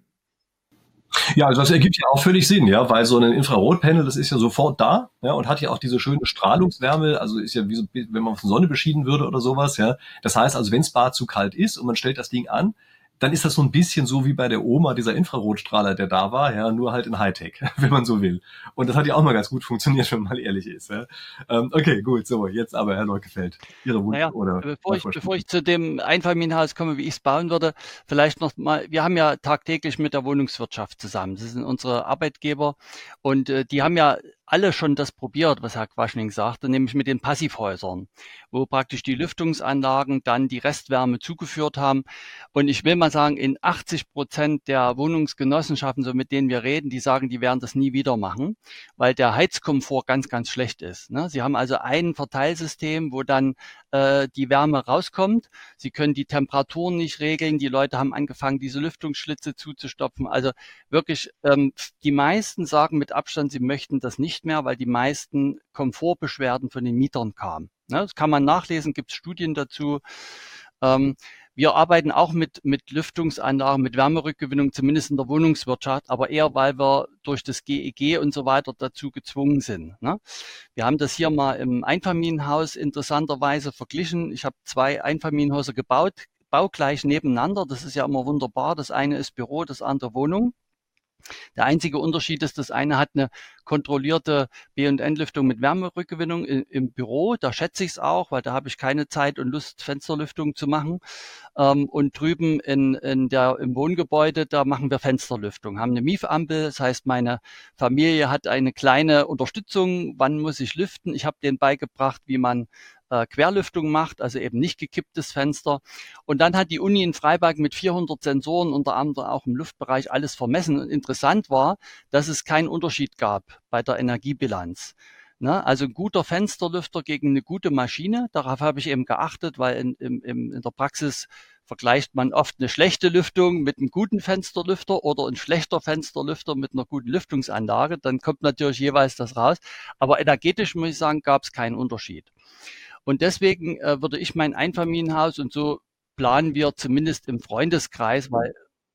Ja, also das ergibt ja auch völlig Sinn, ja, weil so ein Infrarotpanel, das ist ja sofort da, ja, und hat ja auch diese schöne Strahlungswärme, also ist ja wie so, wenn man von Sonne beschienen würde oder sowas, ja. Das heißt also, wenns Bad zu kalt ist und man stellt das Ding an, dann ist das so ein bisschen so wie bei der Oma, dieser Infrarotstrahler, der da war, ja, nur halt in Hightech, wenn man so will. Und das hat ja auch mal ganz gut funktioniert, wenn man mal ehrlich ist. Ja. Okay, gut, so, jetzt aber, Herr Leukefeld, Ihre Wunsch Naja, oder bevor ich zu dem Einfamilienhaus komme, wie ich es bauen würde, vielleicht noch mal, wir haben ja tagtäglich mit der Wohnungswirtschaft zusammen. Das sind unsere Arbeitgeber und die haben ja alle schon das probiert, was Herr Quaschning sagte, nämlich mit den Passivhäusern, wo praktisch die Lüftungsanlagen dann die Restwärme zugeführt haben. Und ich will mal sagen, in 80% der Wohnungsgenossenschaften, so mit denen wir reden, die sagen, die werden das nie wieder machen, weil der Heizkomfort ganz, ganz schlecht ist. Ne? Sie haben also ein Verteilsystem, wo dann die Wärme rauskommt. Sie können die Temperaturen nicht regeln. Die Leute haben angefangen, diese Lüftungsschlitze zuzustopfen. Also wirklich, die meisten sagen mit Abstand, sie möchten das nicht mehr, weil die meisten Komfortbeschwerden von den Mietern kamen. Ne? Das kann man nachlesen, gibt es Studien dazu. Wir arbeiten auch mit Lüftungsanlagen, mit Wärmerückgewinnung, zumindest in der Wohnungswirtschaft, aber eher, weil wir durch das GEG und so weiter dazu gezwungen sind. Ne? Wir haben das hier mal im Einfamilienhaus interessanterweise verglichen. Ich habe 2 Einfamilienhäuser gebaut, baugleich nebeneinander. Das ist ja immer wunderbar. Das eine ist Büro, das andere Wohnung. Der einzige Unterschied ist, das eine hat eine kontrollierte B- und Entlüftung mit Wärmerückgewinnung im Büro. Da schätze ich es auch, weil da habe ich keine Zeit und Lust, Fensterlüftung zu machen. Und drüben im Wohngebäude, da machen wir Fensterlüftung, haben eine Miefampel. Das heißt, meine Familie hat eine kleine Unterstützung. Wann muss ich lüften? Ich habe denen beigebracht, wie man Querlüftung macht, also eben nicht gekipptes Fenster. Und dann hat die Uni in Freiberg mit 400 Sensoren, unter anderem auch im Luftbereich, alles vermessen. Und interessant war, dass es keinen Unterschied gab bei der Energiebilanz. Ne? Also ein guter Fensterlüfter gegen eine gute Maschine, darauf habe ich eben geachtet, weil in der Praxis vergleicht man oft eine schlechte Lüftung mit einem guten Fensterlüfter oder ein schlechter Fensterlüfter mit einer guten Lüftungsanlage. Dann kommt natürlich jeweils das raus. Aber energetisch, muss ich sagen, gab es keinen Unterschied. Und deswegen würde ich mein Einfamilienhaus und so planen wir zumindest im Freundeskreis, weil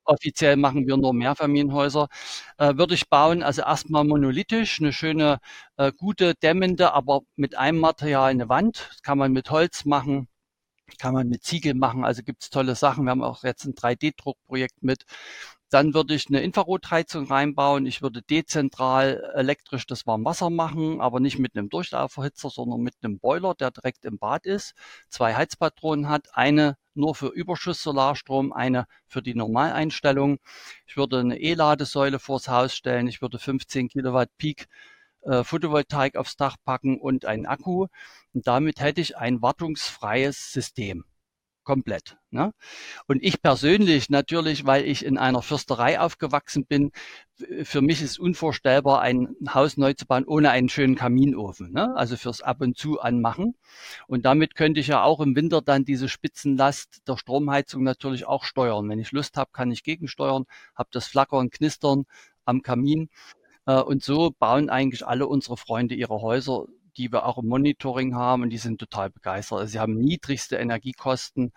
offiziell machen wir nur Mehrfamilienhäuser, würde ich bauen. Also erstmal monolithisch, eine schöne, gute, dämmende, aber mit einem Material eine Wand. Das kann man mit Holz machen, kann man mit Ziegel machen, also gibt's tolle Sachen. Wir haben auch jetzt ein 3D-Druckprojekt mit. Dann würde ich eine Infrarotheizung reinbauen. Ich würde dezentral elektrisch das Warmwasser machen, aber nicht mit einem Durchlauferhitzer, sondern mit einem Boiler, der direkt im Bad ist, 2 Heizpatronen hat, eine nur für Überschuss-Solarstrom, eine für die Normaleinstellung. Ich würde eine E-Ladesäule vors Haus stellen. Ich würde 15 Kilowatt Peak Photovoltaik aufs Dach packen und einen Akku. Und damit hätte ich ein wartungsfreies System. Komplett. Ne? Und ich persönlich natürlich, weil ich in einer Fürsterei aufgewachsen bin, für mich ist unvorstellbar, ein Haus neu zu bauen ohne einen schönen Kaminofen. Ne? Also fürs Ab und zu anmachen. Und damit könnte ich ja auch im Winter dann diese Spitzenlast der Stromheizung natürlich auch steuern. Wenn ich Lust habe, kann ich gegensteuern, habe das Flackern, Knistern am Kamin. Und so bauen eigentlich alle unsere Freunde ihre Häuser, die wir auch im Monitoring haben, und die sind total begeistert. Also sie haben niedrigste Energiekosten,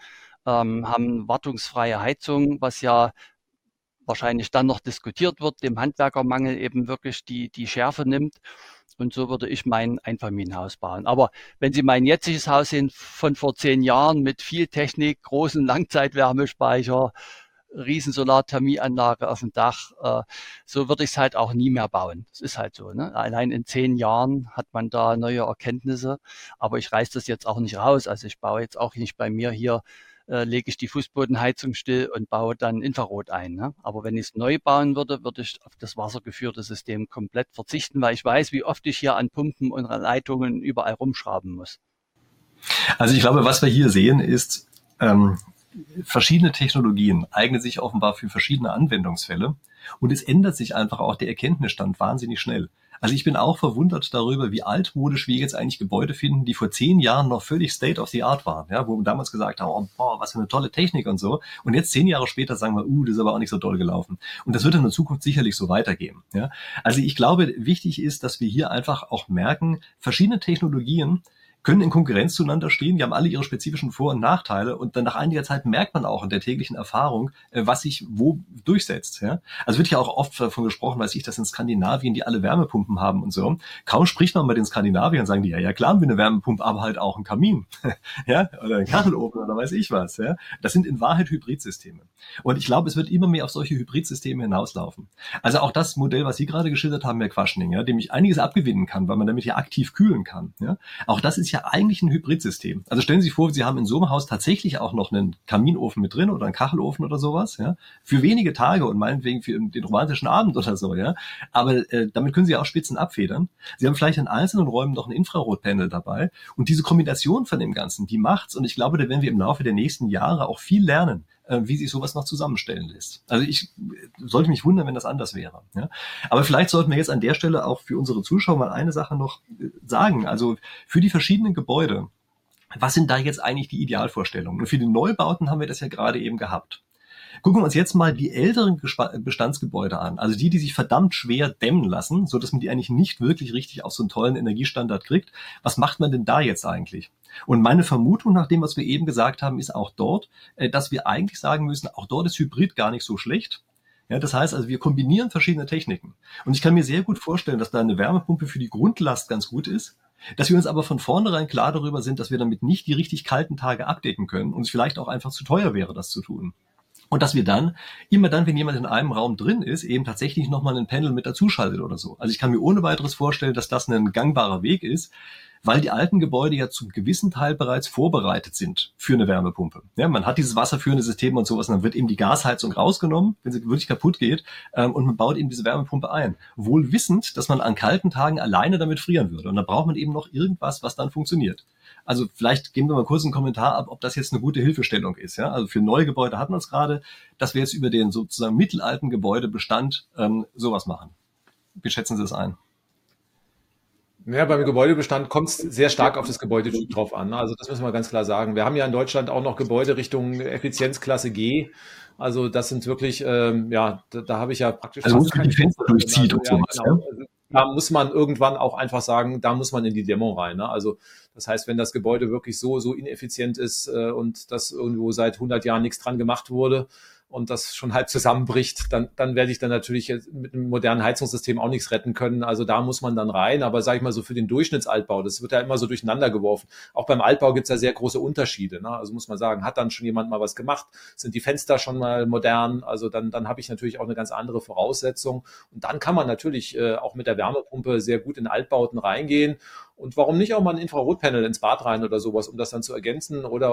haben wartungsfreie Heizung, was ja wahrscheinlich dann noch diskutiert wird, dem Handwerkermangel eben wirklich die Schärfe nimmt. Und so würde ich mein Einfamilienhaus bauen. Aber wenn Sie mein jetziges Haus sehen von vor 10 Jahren mit viel Technik, großen Langzeitwärmespeicher, riesen Solarthermieanlage auf dem Dach, so würde ich es halt auch nie mehr bauen. Das ist halt so. Ne? Allein in 10 Jahren hat man da neue Erkenntnisse, aber ich reiß das jetzt auch nicht raus. Also ich baue jetzt auch nicht bei mir hier, lege ich die Fußbodenheizung still und baue dann Infrarot ein. Ne? Aber wenn ich es neu bauen würde, würde ich auf das wassergeführte System komplett verzichten, weil ich weiß, wie oft ich hier an Pumpen und an Leitungen überall rumschrauben muss. Also ich glaube, was wir hier sehen, ist, verschiedene Technologien eignen sich offenbar für verschiedene Anwendungsfälle und es ändert sich einfach auch der Erkenntnisstand wahnsinnig schnell. Also ich bin auch verwundert darüber, wie altmodisch wir jetzt eigentlich Gebäude finden, die vor 10 Jahren noch völlig State of the Art waren, ja, wo wir damals gesagt haben, oh, boah, was für eine tolle Technik und so. Und jetzt 10 Jahre später sagen wir, das ist aber auch nicht so doll gelaufen. Und das wird in der Zukunft sicherlich so weitergehen. Ja. Also ich glaube, wichtig ist, dass wir hier einfach auch merken, verschiedene Technologien können in Konkurrenz zueinander stehen. Die haben alle ihre spezifischen Vor- und Nachteile. Und dann nach einiger Zeit merkt man auch in der täglichen Erfahrung, was sich wo durchsetzt. Ja? Also wird ja auch oft davon gesprochen, weiß ich, dass in Skandinavien die alle Wärmepumpen haben und so. Kaum spricht man mit den Skandinaviern, sagen die, ja klar haben wir eine Wärmepumpe, aber halt auch einen Kamin. Ja? Oder einen Kachelofen oder weiß ich was. Ja? Das sind in Wahrheit Hybridsysteme. Und ich glaube, es wird immer mehr auf solche Hybridsysteme hinauslaufen. Also auch das Modell, was Sie gerade geschildert haben, Herr Quaschning, ja, dem ich einiges abgewinnen kann, weil man damit ja aktiv kühlen kann. Ja? Auch das ist ja eigentlich ein Hybridsystem. Also stellen Sie sich vor, Sie haben in so einem Haus tatsächlich auch noch einen Kaminofen mit drin oder einen Kachelofen oder sowas, ja, für wenige Tage und meinetwegen für den romantischen Abend oder so, ja. Aber damit können Sie auch Spitzen abfedern. Sie haben vielleicht in einzelnen Räumen noch ein Infrarotpanel dabei und diese Kombination von dem Ganzen, die macht's, und ich glaube, da werden wir im Laufe der nächsten Jahre auch viel lernen, wie sich sowas noch zusammenstellen lässt. Also ich sollte mich wundern, wenn das anders wäre. Ja? Aber vielleicht sollten wir jetzt an der Stelle auch für unsere Zuschauer mal eine Sache noch sagen. Also für die verschiedenen Gebäude, was sind da jetzt eigentlich die Idealvorstellungen? Und für die Neubauten haben wir das ja gerade eben gehabt. Gucken wir uns jetzt mal die älteren Bestandsgebäude an, also die sich verdammt schwer dämmen lassen, so dass man die eigentlich nicht wirklich richtig auf so einen tollen Energiestandard kriegt. Was macht man denn da jetzt eigentlich? Und meine Vermutung nach dem, was wir eben gesagt haben, ist auch dort, dass wir eigentlich sagen müssen, auch dort ist Hybrid gar nicht so schlecht. Ja, das heißt also, wir kombinieren verschiedene Techniken. Und ich kann mir sehr gut vorstellen, dass da eine Wärmepumpe für die Grundlast ganz gut ist, dass wir uns aber von vornherein klar darüber sind, dass wir damit nicht die richtig kalten Tage abdecken können und es vielleicht auch einfach zu teuer wäre, das zu tun. Und dass wir dann, immer dann, wenn jemand in einem Raum drin ist, eben tatsächlich nochmal einen Panel mit dazuschaltet oder so. Also ich kann mir ohne weiteres vorstellen, dass das ein gangbarer Weg ist, weil die alten Gebäude ja zum gewissen Teil bereits vorbereitet sind für eine Wärmepumpe. Ja, man hat dieses wasserführende System und sowas, und dann wird eben die Gasheizung rausgenommen, wenn sie wirklich kaputt geht, und man baut eben diese Wärmepumpe ein. Wohl wissend, dass man an kalten Tagen alleine damit frieren würde. Und da braucht man eben noch irgendwas, was dann funktioniert. Also vielleicht geben wir mal kurz einen Kommentar ab, ob das jetzt eine gute Hilfestellung ist. Ja? Also für neue Gebäude hatten wir es gerade, dass wir jetzt über den sozusagen mittelalten Gebäudebestand sowas machen. Wie schätzen Sie das ein? Ja, beim Gebäudebestand kommt es sehr stark auf das Gebäudetyp drauf an. Also das müssen wir ganz klar sagen. Wir haben ja in Deutschland auch noch Gebäude Richtung Effizienzklasse G. Also das sind wirklich, da habe ich ja praktisch... Also wo es die Fenster durchzieht und sowas, genau. Ja? Also, da muss man irgendwann auch einfach sagen, da muss man in die Dämmung rein. Ne? Also das heißt, wenn das Gebäude wirklich so ineffizient ist und das irgendwo seit 100 Jahren nichts dran gemacht wurde, und das schon halb zusammenbricht, dann werde ich dann natürlich jetzt mit einem modernen Heizungssystem auch nichts retten können. Also da muss man dann rein. Aber sage ich mal so für den Durchschnittsaltbau, das wird ja immer so durcheinander geworfen. Auch beim Altbau gibt es ja sehr große Unterschiede. Ne? Also muss man sagen, hat dann schon jemand mal was gemacht? Sind die Fenster schon mal modern? Also dann habe ich natürlich auch eine ganz andere Voraussetzung. Und dann kann man natürlich auch mit der Wärmepumpe sehr gut in Altbauten reingehen. Und warum nicht auch mal ein Infrarotpanel ins Bad rein oder sowas, um das dann zu ergänzen oder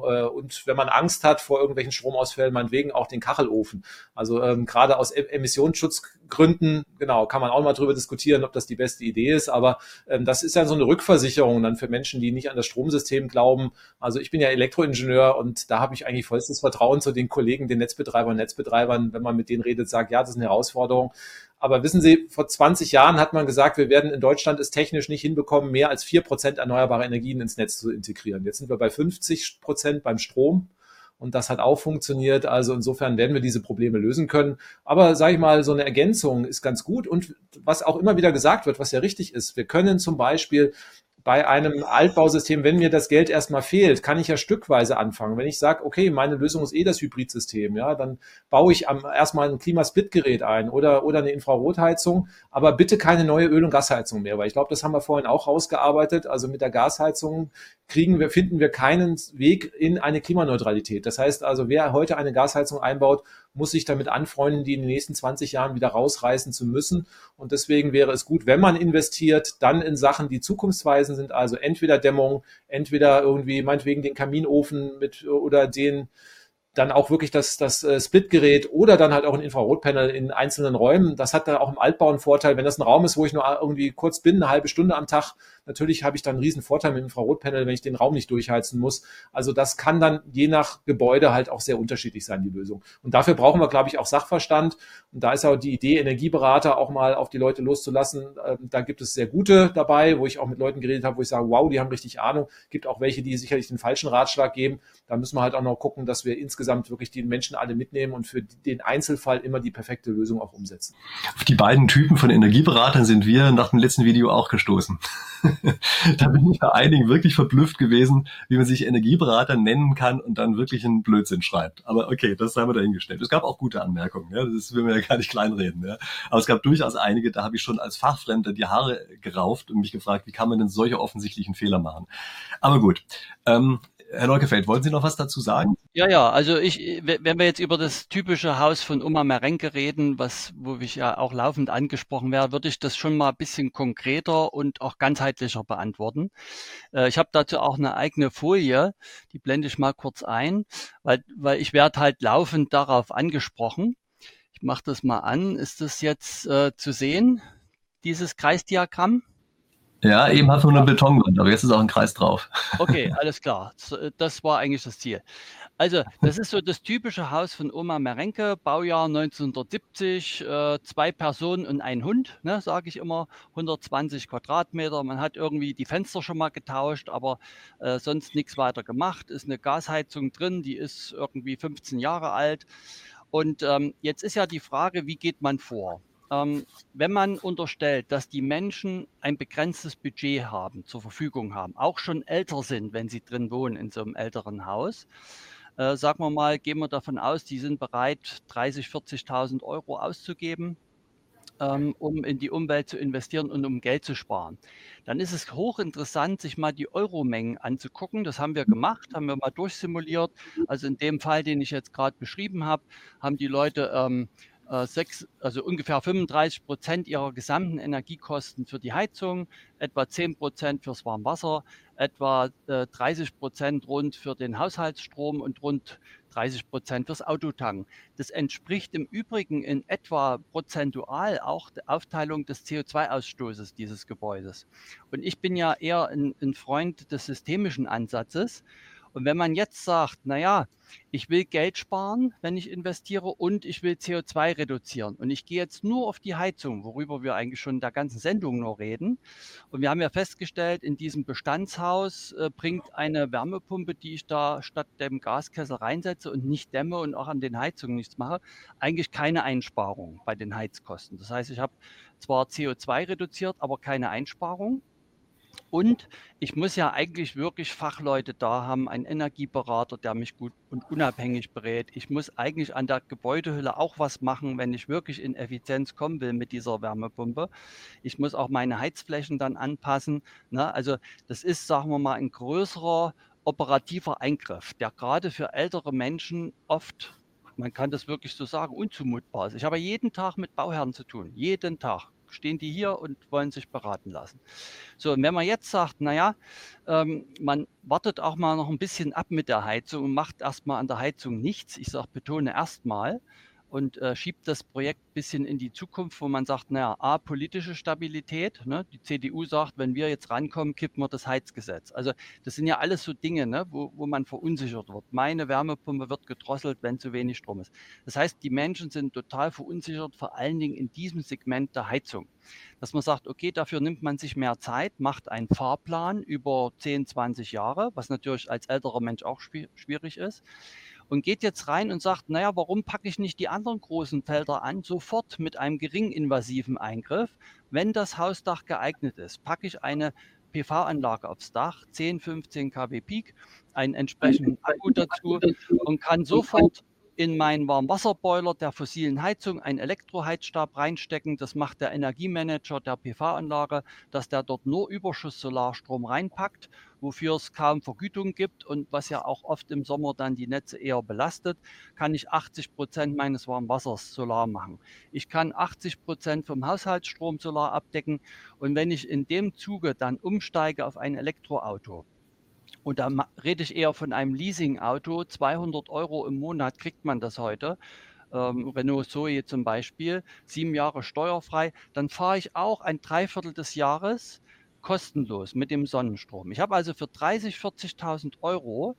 und wenn man Angst hat vor irgendwelchen Stromausfällen, meinetwegen auch den Kachelofen. Also gerade aus Emissionsschutzgründen, genau, kann man auch mal drüber diskutieren, ob das die beste Idee ist. Aber das ist ja so eine Rückversicherung dann für Menschen, die nicht an das Stromsystem glauben. Also ich bin ja Elektroingenieur und da habe ich eigentlich vollstes Vertrauen zu den Kollegen, den Netzbetreibern, wenn man mit denen redet, sagt, ja, das ist eine Herausforderung. Aber wissen Sie, vor 20 Jahren hat man gesagt, wir werden in Deutschland es technisch nicht hinbekommen, mehr als 4% erneuerbare Energien ins Netz zu integrieren. Jetzt sind wir bei 50% beim Strom. Und das hat auch funktioniert. Also insofern werden wir diese Probleme lösen können. Aber sage ich mal, so eine Ergänzung ist ganz gut. Und was auch immer wieder gesagt wird, was ja richtig ist, wir können zum Beispiel bei einem Altbausystem, wenn mir das Geld erstmal fehlt, kann ich ja stückweise anfangen. Wenn ich sage, okay, meine Lösung ist das Hybridsystem, ja, dann baue ich erstmal ein Klimasplitgerät ein oder eine Infrarotheizung, aber bitte keine neue Öl- und Gasheizung mehr, weil ich glaube, das haben wir vorhin auch rausgearbeitet. Also mit der Gasheizung finden wir keinen Weg in eine Klimaneutralität. Das heißt also, wer heute eine Gasheizung einbaut, muss sich damit anfreunden, die in den nächsten 20 Jahren wieder rausreißen zu müssen. Und deswegen wäre es gut, wenn man investiert, dann in Sachen, die zukunftsweisend sind, also entweder Dämmung, entweder irgendwie meinetwegen den Kaminofen mit oder dann auch wirklich das Splitgerät oder dann halt auch ein Infrarotpanel in einzelnen Räumen. Das hat dann auch im Altbau einen Vorteil. Wenn das ein Raum ist, wo ich nur irgendwie kurz bin, eine halbe Stunde am Tag, natürlich habe ich dann einen riesen Vorteil mit dem Infrarotpanel, wenn ich den Raum nicht durchheizen muss. Also das kann dann je nach Gebäude halt auch sehr unterschiedlich sein, die Lösung. Und dafür brauchen wir, glaube ich, auch Sachverstand. Und da ist auch die Idee, Energieberater auch mal auf die Leute loszulassen. Da gibt es sehr gute dabei, wo ich auch mit Leuten geredet habe, wo ich sage, wow, die haben richtig Ahnung. Gibt auch welche, die sicherlich den falschen Ratschlag geben. Da müssen wir halt auch noch gucken, dass wir insgesamt wirklich die Menschen alle mitnehmen und für den Einzelfall immer die perfekte Lösung auch umsetzen. Auf die beiden Typen von Energieberatern sind wir nach dem letzten Video auch gestoßen. Da bin ich bei einigen wirklich verblüfft gewesen, wie man sich Energieberater nennen kann und dann wirklich einen Blödsinn schreibt. Aber okay, das haben wir dahingestellt. Es gab auch gute Anmerkungen, ja, das will man ja gar nicht kleinreden. Ja. Aber es gab durchaus einige, da habe ich schon als Fachfremder die Haare gerauft und mich gefragt, wie kann man denn solche offensichtlichen Fehler machen? Aber gut. Herr Leukefeld, wollen Sie noch was dazu sagen? Ja, also wenn wir jetzt über das typische Haus von Oma Merenke reden, wo ich ja auch laufend angesprochen werde, würde ich das schon mal ein bisschen konkreter und auch ganzheitlicher beantworten. Ich habe dazu auch eine eigene Folie, die blende ich mal kurz ein, weil ich werde halt laufend darauf angesprochen. Ich mache das mal an. Ist das jetzt zu sehen, dieses Kreisdiagramm? Ja, eben hat man eine Betonwand, aber jetzt ist auch ein Kreis drauf. Okay, alles klar. Das war eigentlich das Ziel. Also, das ist so das typische Haus von Oma Merenke, Baujahr 1970, 2 Personen und ein Hund, ne, sage ich immer, 120 Quadratmeter. Man hat irgendwie die Fenster schon mal getauscht, aber sonst nichts weiter gemacht. Ist eine Gasheizung drin, die ist irgendwie 15 Jahre alt. Und jetzt ist ja die Frage, wie geht man vor? Wenn man unterstellt, dass die Menschen ein begrenztes Budget haben, zur Verfügung haben, auch schon älter sind, wenn sie drin wohnen in so einem älteren Haus, sagen wir mal, gehen wir davon aus, die sind bereit, 30.000, 40.000 Euro auszugeben, um in die Umwelt zu investieren und um Geld zu sparen. Dann ist es hochinteressant, sich mal die Euromengen anzugucken. Das haben wir gemacht, haben wir mal durchsimuliert. Also in dem Fall, den ich jetzt gerade beschrieben habe, haben die Leute also ungefähr 35% ihrer gesamten Energiekosten für die Heizung, etwa 10% fürs Warmwasser, etwa 30% rund für den Haushaltsstrom und rund 30% fürs Autotanken. Das entspricht im Übrigen in etwa prozentual auch der Aufteilung des CO2-Ausstoßes dieses Gebäudes. Und ich bin ja eher ein Freund des systemischen Ansatzes. Und wenn man jetzt sagt, naja, ich will Geld sparen, wenn ich investiere und ich will CO2 reduzieren und ich gehe jetzt nur auf die Heizung, worüber wir eigentlich schon in der ganzen Sendung nur reden. Und wir haben ja festgestellt, in diesem Bestandshaus bringt eine Wärmepumpe, die ich da statt dem Gaskessel reinsetze und nicht dämme und auch an den Heizungen nichts mache, eigentlich keine Einsparung bei den Heizkosten. Das heißt, ich habe zwar CO2 reduziert, aber keine Einsparung. Und ich muss ja eigentlich wirklich Fachleute da haben, einen Energieberater, der mich gut und unabhängig berät. Ich muss eigentlich an der Gebäudehülle auch was machen, wenn ich wirklich in Effizienz kommen will mit dieser Wärmepumpe. Ich muss auch meine Heizflächen dann anpassen. Ne? Also das ist, sagen wir mal, ein größerer operativer Eingriff, der gerade für ältere Menschen oft, man kann das wirklich so sagen, unzumutbar ist. Ich habe jeden Tag mit Bauherren zu tun. Jeden Tag stehen die hier und wollen sich beraten lassen. So, und wenn man jetzt sagt, naja, man wartet auch mal noch ein bisschen ab mit der Heizung und macht erstmal an der Heizung nichts, ich sage, betone erstmal, und schiebt das Projekt ein bisschen in die Zukunft, wo man sagt, naja, A, politische Stabilität, ne? Die CDU sagt, wenn wir jetzt rankommen, kippen wir das Heizgesetz. Also das sind ja alles so Dinge, ne? wo man verunsichert wird. Meine Wärmepumpe wird gedrosselt, wenn zu wenig Strom ist. Das heißt, die Menschen sind total verunsichert, vor allen Dingen in diesem Segment der Heizung. Dass man sagt, okay, dafür nimmt man sich mehr Zeit, macht einen Fahrplan über 10, 20 Jahre, was natürlich als älterer Mensch auch schwierig ist, und geht jetzt rein und sagt, naja, warum packe ich nicht die anderen großen Felder an, sofort mit einem geringinvasiven Eingriff, wenn das Hausdach geeignet ist, packe ich eine PV-Anlage aufs Dach, 10, 15 kW Peak, einen entsprechenden Akku dazu und kann sofort in meinen Warmwasserboiler der fossilen Heizung einen Elektroheizstab reinstecken. Das macht der Energiemanager der PV-Anlage, dass der dort nur Überschuss-Solarstrom reinpackt, wofür es kaum Vergütung gibt und was ja auch oft im Sommer dann die Netze eher belastet, kann ich 80% meines Warmwassers Solar machen. Ich kann 80% vom Haushaltsstrom Solar abdecken, und wenn ich in dem Zuge dann umsteige auf ein Elektroauto, und da rede ich eher von einem Leasing-Auto, 200 Euro im Monat kriegt man das heute, Renault Zoe zum Beispiel, 7 Jahre steuerfrei, dann fahre ich auch ein Dreiviertel des Jahres kostenlos mit dem Sonnenstrom. Ich habe also für 30.000, 40.000 Euro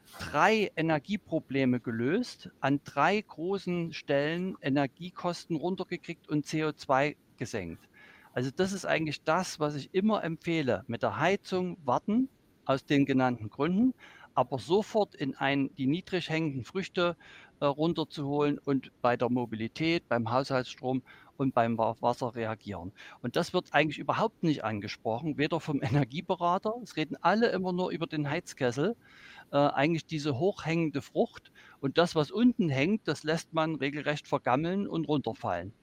3 Energieprobleme gelöst, an 3 großen Stellen Energiekosten runtergekriegt und CO2 gesenkt. Also das ist eigentlich das, was ich immer empfehle. Mit der Heizung warten, aus den genannten Gründen, aber sofort in die niedrig hängenden Früchte runterzuholen und bei der Mobilität, beim Haushaltsstrom und beim Wasser reagieren. Und das wird eigentlich überhaupt nicht angesprochen, weder vom Energieberater, es reden alle immer nur über den Heizkessel, eigentlich diese hochhängende Frucht, und das, was unten hängt, das lässt man regelrecht vergammeln und runterfallen.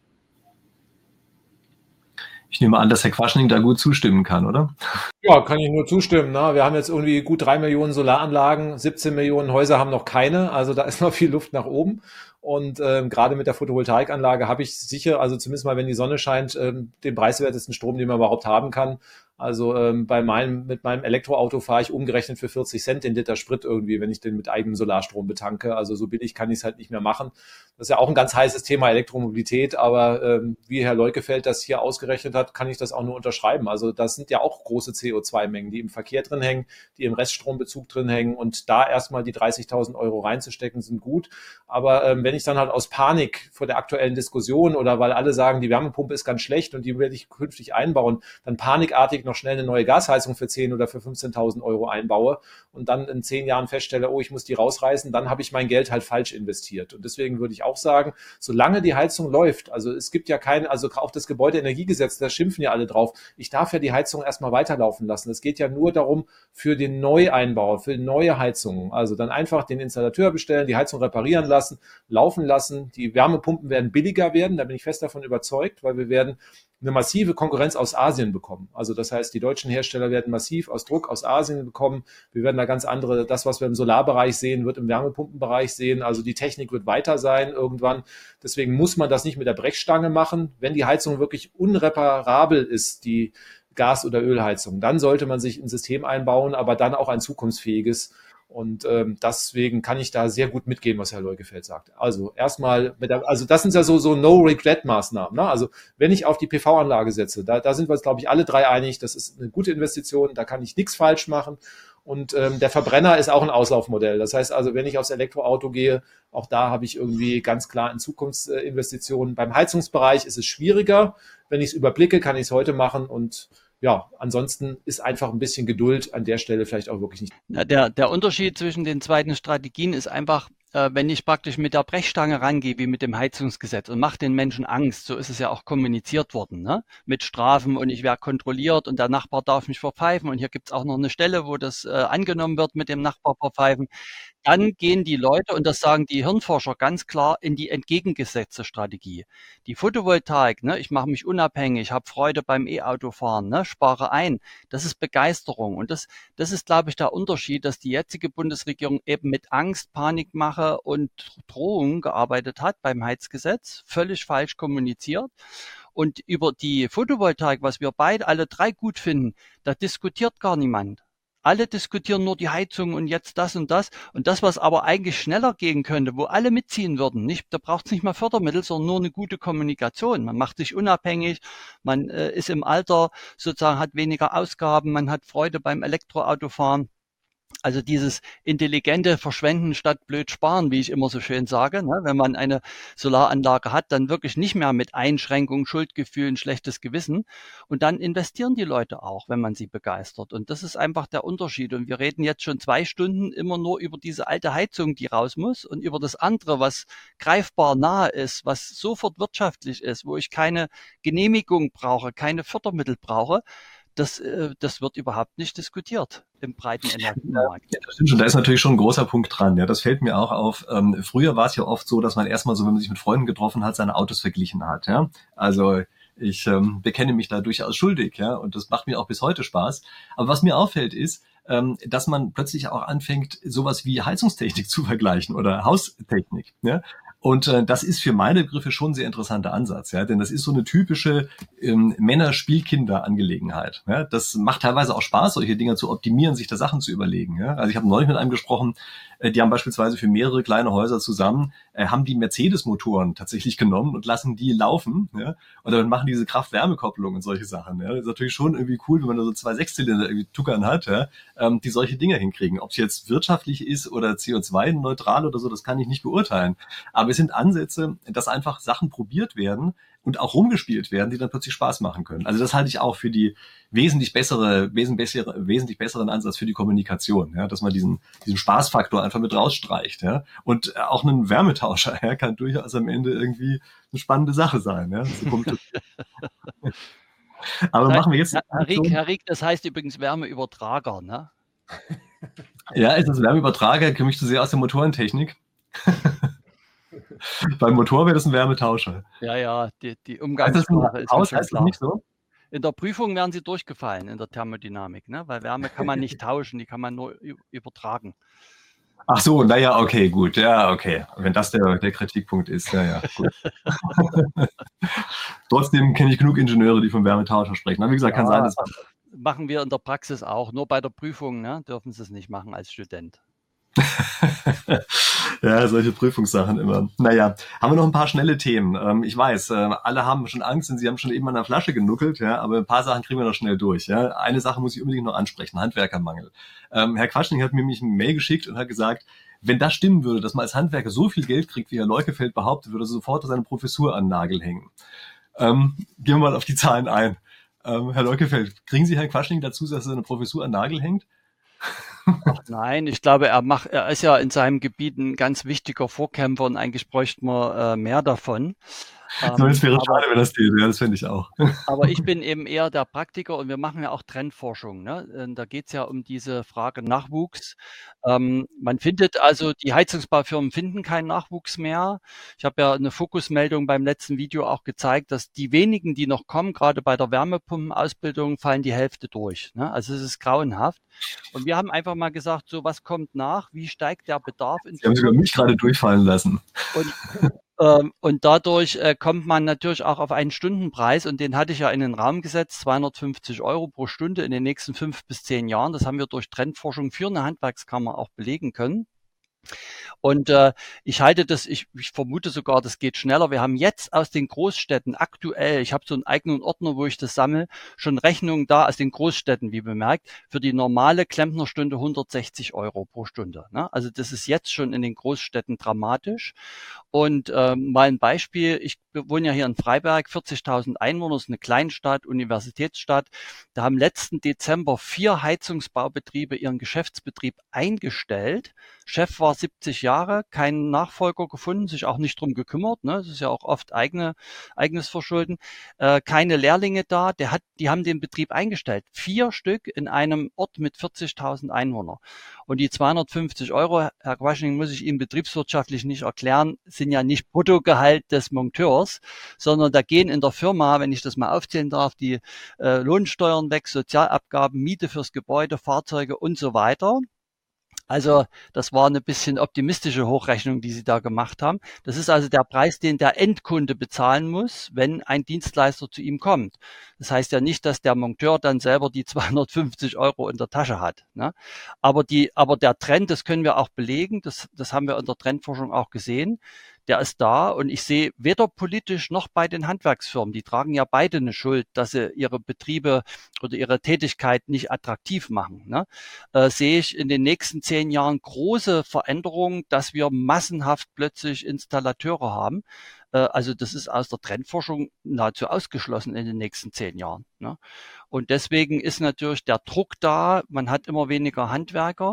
Ich nehme an, dass Herr Quaschning da gut zustimmen kann, oder? Ja, kann ich nur zustimmen. Ne? Wir haben jetzt irgendwie gut 3 Millionen Solaranlagen, 17 Millionen Häuser haben noch keine, also da ist noch viel Luft nach oben. Und gerade mit der Photovoltaikanlage habe ich sicher, also zumindest mal, wenn die Sonne scheint, den preiswertesten Strom, den man überhaupt haben kann. Also mit meinem Elektroauto fahre ich umgerechnet für 40 Cent den Liter Sprit irgendwie, wenn ich den mit eigenem Solarstrom betanke. Also so billig kann ich es halt nicht mehr machen. Das ist ja auch ein ganz heißes Thema, Elektromobilität, aber wie Herr Leukefeld das hier ausgerechnet hat, kann ich das auch nur unterschreiben. Also das sind ja auch große CO2-Mengen, die im Verkehr drin hängen, die im Reststrombezug drin hängen, und da erstmal die 30.000 Euro reinzustecken, sind gut. Aber wenn ich dann halt aus Panik vor der aktuellen Diskussion oder weil alle sagen, die Wärmepumpe ist ganz schlecht und die werde ich künftig einbauen, dann panikartig noch schnell eine neue Gasheizung für 10 oder für 15.000 Euro einbaue und dann in 10 Jahren feststelle, oh, ich muss die rausreißen, dann habe ich mein Geld halt falsch investiert. Und deswegen würde ich auch sagen, solange die Heizung läuft, also es gibt ja also auch das Gebäudeenergiegesetz, da schimpfen ja alle drauf, ich darf ja die Heizung erstmal weiterlaufen lassen. Es geht ja nur darum, für den Neueinbau, für neue Heizungen, also dann einfach den Installateur bestellen, die Heizung reparieren lassen, laufen lassen. Die Wärmepumpen werden billiger werden, da bin ich fest davon überzeugt, weil wir werden eine massive Konkurrenz aus Asien bekommen. Also das heißt, die deutschen Hersteller werden massiv aus Druck aus Asien bekommen. Wir werden da ganz andere, das, was wir im Solarbereich sehen, wird im Wärmepumpenbereich sehen. Also die Technik wird weiter sein irgendwann. Deswegen muss man das nicht mit der Brechstange machen. Wenn die Heizung wirklich unreparabel ist, die Gas- oder Ölheizung, dann sollte man sich ein System einbauen, aber dann auch ein zukunftsfähiges. Und deswegen kann ich da sehr gut mitgehen, was Herr Leukefeld sagt. Also erstmal, also das sind ja so No-Regret-Maßnahmen. Ne? Also wenn ich auf die PV-Anlage setze, da sind wir uns, glaube ich, alle drei einig, das ist eine gute Investition, da kann ich nichts falsch machen. Und der Verbrenner ist auch ein Auslaufmodell. Das heißt also, wenn ich aufs Elektroauto gehe, auch da habe ich irgendwie ganz klar in Zukunftsinvestitionen. Beim Heizungsbereich ist es schwieriger. Wenn ich es überblicke, kann ich es heute machen, und ja, ansonsten ist einfach ein bisschen Geduld an der Stelle vielleicht auch wirklich nicht. Ja, der Unterschied zwischen den beiden Strategien ist einfach, wenn ich praktisch mit der Brechstange rangehe, wie mit dem Heizungsgesetz und mache den Menschen Angst, so ist es ja auch kommuniziert worden, ne? Mit Strafen und ich werde kontrolliert und der Nachbar darf mich verpfeifen und hier gibt's auch noch eine Stelle, wo das angenommen wird mit dem Nachbar verpfeifen. Dann gehen die Leute, und das sagen die Hirnforscher ganz klar, in die entgegengesetzte Strategie. Die Photovoltaik, ne, ich mache mich unabhängig, habe Freude beim E-Autofahren, ne, spare ein, das ist Begeisterung. Und das ist, glaube ich, der Unterschied, dass die jetzige Bundesregierung eben mit Angst, Panikmache und Drohung gearbeitet hat beim Heizgesetz, völlig falsch kommuniziert. Und über die Photovoltaik, was wir beide alle drei gut finden, da diskutiert gar niemand. Alle diskutieren nur die Heizung und jetzt das und das. Und das, was aber eigentlich schneller gehen könnte, wo alle mitziehen würden, nicht, da braucht es nicht mal Fördermittel, sondern nur eine gute Kommunikation. Man macht sich unabhängig, man ist im Alter sozusagen, hat weniger Ausgaben, man hat Freude beim Elektroautofahren. Also dieses intelligente Verschwenden statt blöd sparen, wie ich immer so schön sage, ne? Wenn man eine Solaranlage hat, dann wirklich nicht mehr mit Einschränkungen, Schuldgefühlen, schlechtes Gewissen. Und dann investieren die Leute auch, wenn man sie begeistert. Und das ist einfach der Unterschied. Und wir reden jetzt schon 2 Stunden immer nur über diese alte Heizung, die raus muss und über das andere, was greifbar nahe ist, was sofort wirtschaftlich ist, wo ich keine Genehmigung brauche, keine Fördermittel brauche. Das wird überhaupt nicht diskutiert im breiten Energiemarkt. Ja, das stimmt schon. Da ist natürlich schon ein großer Punkt dran. Ja, das fällt mir auch auf. Früher war es ja oft so, dass man erstmal so, wenn man sich mit Freunden getroffen hat, seine Autos verglichen hat. Ja, also ich bekenne mich da durchaus schuldig. Ja, und das macht mir auch bis heute Spaß. Aber was mir auffällt ist, dass man plötzlich auch anfängt, sowas wie Heizungstechnik zu vergleichen oder Haustechnik. Ja? Und das ist für meine Begriffe schon ein sehr interessanter Ansatz, ja, denn das ist so eine typische Männer-Spielkinder-Angelegenheit. Ja? Das macht teilweise auch Spaß, solche Dinge zu optimieren, sich da Sachen zu überlegen. Ja? Also ich habe neulich mit einem gesprochen, die haben beispielsweise für mehrere kleine Häuser zusammen, haben die Mercedes-Motoren tatsächlich genommen und lassen die laufen, ja, und dann machen diese Kraft-Wärme-Kopplung und solche Sachen. Ja. Das ist natürlich schon irgendwie cool, wenn man da so 2 Sechszylinder irgendwie tuckern hat, ja, die solche Dinge hinkriegen. Ob es jetzt wirtschaftlich ist oder CO2-neutral oder so, das kann ich nicht beurteilen. Aber es sind Ansätze, dass einfach Sachen probiert werden und auch rumgespielt werden, die dann plötzlich Spaß machen können. Also das halte ich auch für die wesentlich besseren Ansatz für die Kommunikation, ja, dass man diesen Spaßfaktor einfach mit rausstreicht, ja. Und auch ein Wärmetauscher, ja, kann durchaus am Ende irgendwie eine spannende Sache sein, ja. So kommt aber machen wir jetzt. Herr Rieck, das heißt übrigens Wärmeübertrager, ne? Ja, ist das Wärmeübertrager, komme ich zu sehr aus der Motorentechnik. Beim Motor wäre das ein Wärmetauscher. Ja, die Umgangssprache ist heißt das nicht so? In der Prüfung wären Sie durchgefallen in der Thermodynamik, ne? Weil Wärme kann man nicht tauschen, die kann man nur übertragen. Ach so, naja, okay, gut, ja, okay. Wenn das der Kritikpunkt ist, ja, gut. Trotzdem kenne ich genug Ingenieure, die vom Wärmetauscher sprechen. Aber wie gesagt, kann sein, dass machen wir in der Praxis auch. Nur bei der Prüfung, ne, dürfen Sie es nicht machen als Student. Ja, solche Prüfungssachen immer. Naja, haben wir noch ein paar schnelle Themen. Ich weiß, alle haben schon Angst und Sie haben schon eben an der Flasche genuckelt, ja, aber ein paar Sachen kriegen wir noch schnell durch. Ja. Eine Sache muss ich unbedingt noch ansprechen, Handwerkermangel. Herr Quatschning hat mir nämlich eine Mail geschickt und hat gesagt, wenn das stimmen würde, dass man als Handwerker so viel Geld kriegt, wie Herr Leukefeld behauptet, würde er sofort seine Professur an den Nagel hängen. Gehen wir mal auf die Zahlen ein. Herr Leukefeld, kriegen Sie Herrn Quatschning dazu, dass er seine Professur an den Nagel hängt? Ach nein, ich glaube, er ist ja in seinem Gebiet ein ganz wichtiger Vorkämpfer und eigentlich bräuchte man mehr davon. Es wäre schade, wenn das geht, ja, das finde ich auch. Aber ich bin eben eher der Praktiker und wir machen ja auch Trendforschung. Ne? Da geht es ja um diese Frage Nachwuchs. Man findet also, die Heizungsbaufirmen finden keinen Nachwuchs mehr. Ich habe ja eine Fokusmeldung beim letzten Video auch gezeigt, dass die wenigen, die noch kommen, gerade bei der Wärmepumpenausbildung, fallen die Hälfte durch. Ne? Also es ist grauenhaft. Und wir haben einfach mal gesagt, so was kommt nach, wie steigt der Bedarf? Sie haben sogar mich gerade durchfallen lassen. Und dadurch kommt man natürlich auch auf einen Stundenpreis und den hatte ich ja in den Raum gesetzt, 250 € pro Stunde in den nächsten 5 bis 10 Jahren. Das haben wir durch Trendforschung für eine Handwerkskammer auch belegen können. Und ich halte das, ich vermute sogar, das geht schneller. Wir haben jetzt aus den Großstädten aktuell, ich habe so einen eigenen Ordner, wo ich das sammle, schon Rechnungen da aus den Großstädten, wie bemerkt, für die normale Klempnerstunde 160 € pro Stunde. Ne? Also das ist jetzt schon in den Großstädten dramatisch. Und mal ein Beispiel, ich wohne ja hier in Freiberg, 40.000 Einwohner, ist eine Kleinstadt, Universitätsstadt. Da haben letzten Dezember 4 Heizungsbaubetriebe ihren Geschäftsbetrieb eingestellt. Chef war war 70 Jahre, keinen Nachfolger gefunden, sich auch nicht drum gekümmert, ne? Das ist ja auch oft eigenes Verschulden. Keine Lehrlinge da, die haben den Betrieb eingestellt. 4 Stück in einem Ort mit 40.000 Einwohnern. Und die 250 Euro, Herr Quaschning, muss ich Ihnen betriebswirtschaftlich nicht erklären, sind ja nicht Bruttogehalt des Monteurs, sondern da gehen in der Firma, wenn ich das mal aufzählen darf, die Lohnsteuern weg, Sozialabgaben, Miete fürs Gebäude, Fahrzeuge und so weiter. Also das war eine bisschen optimistische Hochrechnung, die Sie da gemacht haben. Das ist also der Preis, den der Endkunde bezahlen muss, wenn ein Dienstleister zu ihm kommt. Das heißt ja nicht, dass der Monteur dann selber die 250 Euro in der Tasche hat, ne? Aber der Trend, das können wir auch belegen, das haben wir in der Trendforschung auch gesehen, der ist da und ich sehe weder politisch noch bei den Handwerksfirmen, die tragen ja beide eine Schuld, dass sie ihre Betriebe oder ihre Tätigkeit nicht attraktiv machen, ne? Sehe ich in den nächsten 10 Jahren große Veränderungen, dass wir massenhaft plötzlich Installateure haben. Also das ist aus der Trendforschung nahezu ausgeschlossen in den nächsten 10 Jahren, ne? Und deswegen ist natürlich der Druck da, man hat immer weniger Handwerker.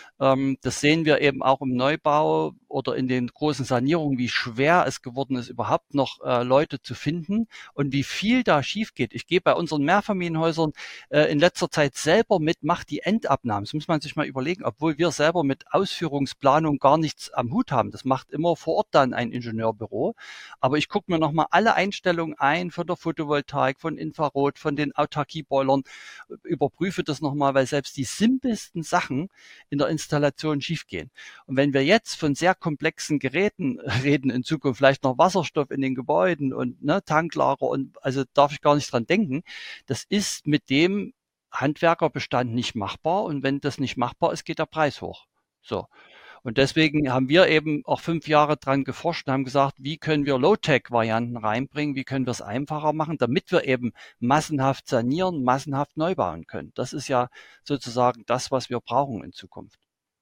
Das sehen wir eben auch im Neubau oder in den großen Sanierungen, wie schwer es geworden ist, überhaupt noch Leute zu finden und wie viel da schief geht. Ich gehe bei unseren Mehrfamilienhäusern in letzter Zeit selber mit, mache die Endabnahmen. Das muss man sich mal überlegen, obwohl wir selber mit Ausführungsplanung gar nichts am Hut haben. Das macht immer vor Ort dann ein Ingenieurbüro. Aber ich gucke mir nochmal alle Einstellungen ein von der Photovoltaik, von Infrarot, von den Autarkieboilern, überprüfe das nochmal, weil selbst die simpelsten Sachen in der Installation schiefgehen. Und wenn wir jetzt von sehr komplexen Geräten reden, in Zukunft vielleicht noch Wasserstoff in den Gebäuden und ne, Tanklager und also darf ich gar nicht dran denken, das ist mit dem Handwerkerbestand nicht machbar und wenn das nicht machbar ist, geht der Preis hoch. So. Und deswegen haben wir eben auch 5 Jahre dran geforscht und haben gesagt, wie können wir Low-Tech-Varianten reinbringen, wie können wir es einfacher machen, damit wir eben massenhaft sanieren, massenhaft neu bauen können. Das ist ja sozusagen das, was wir brauchen in Zukunft.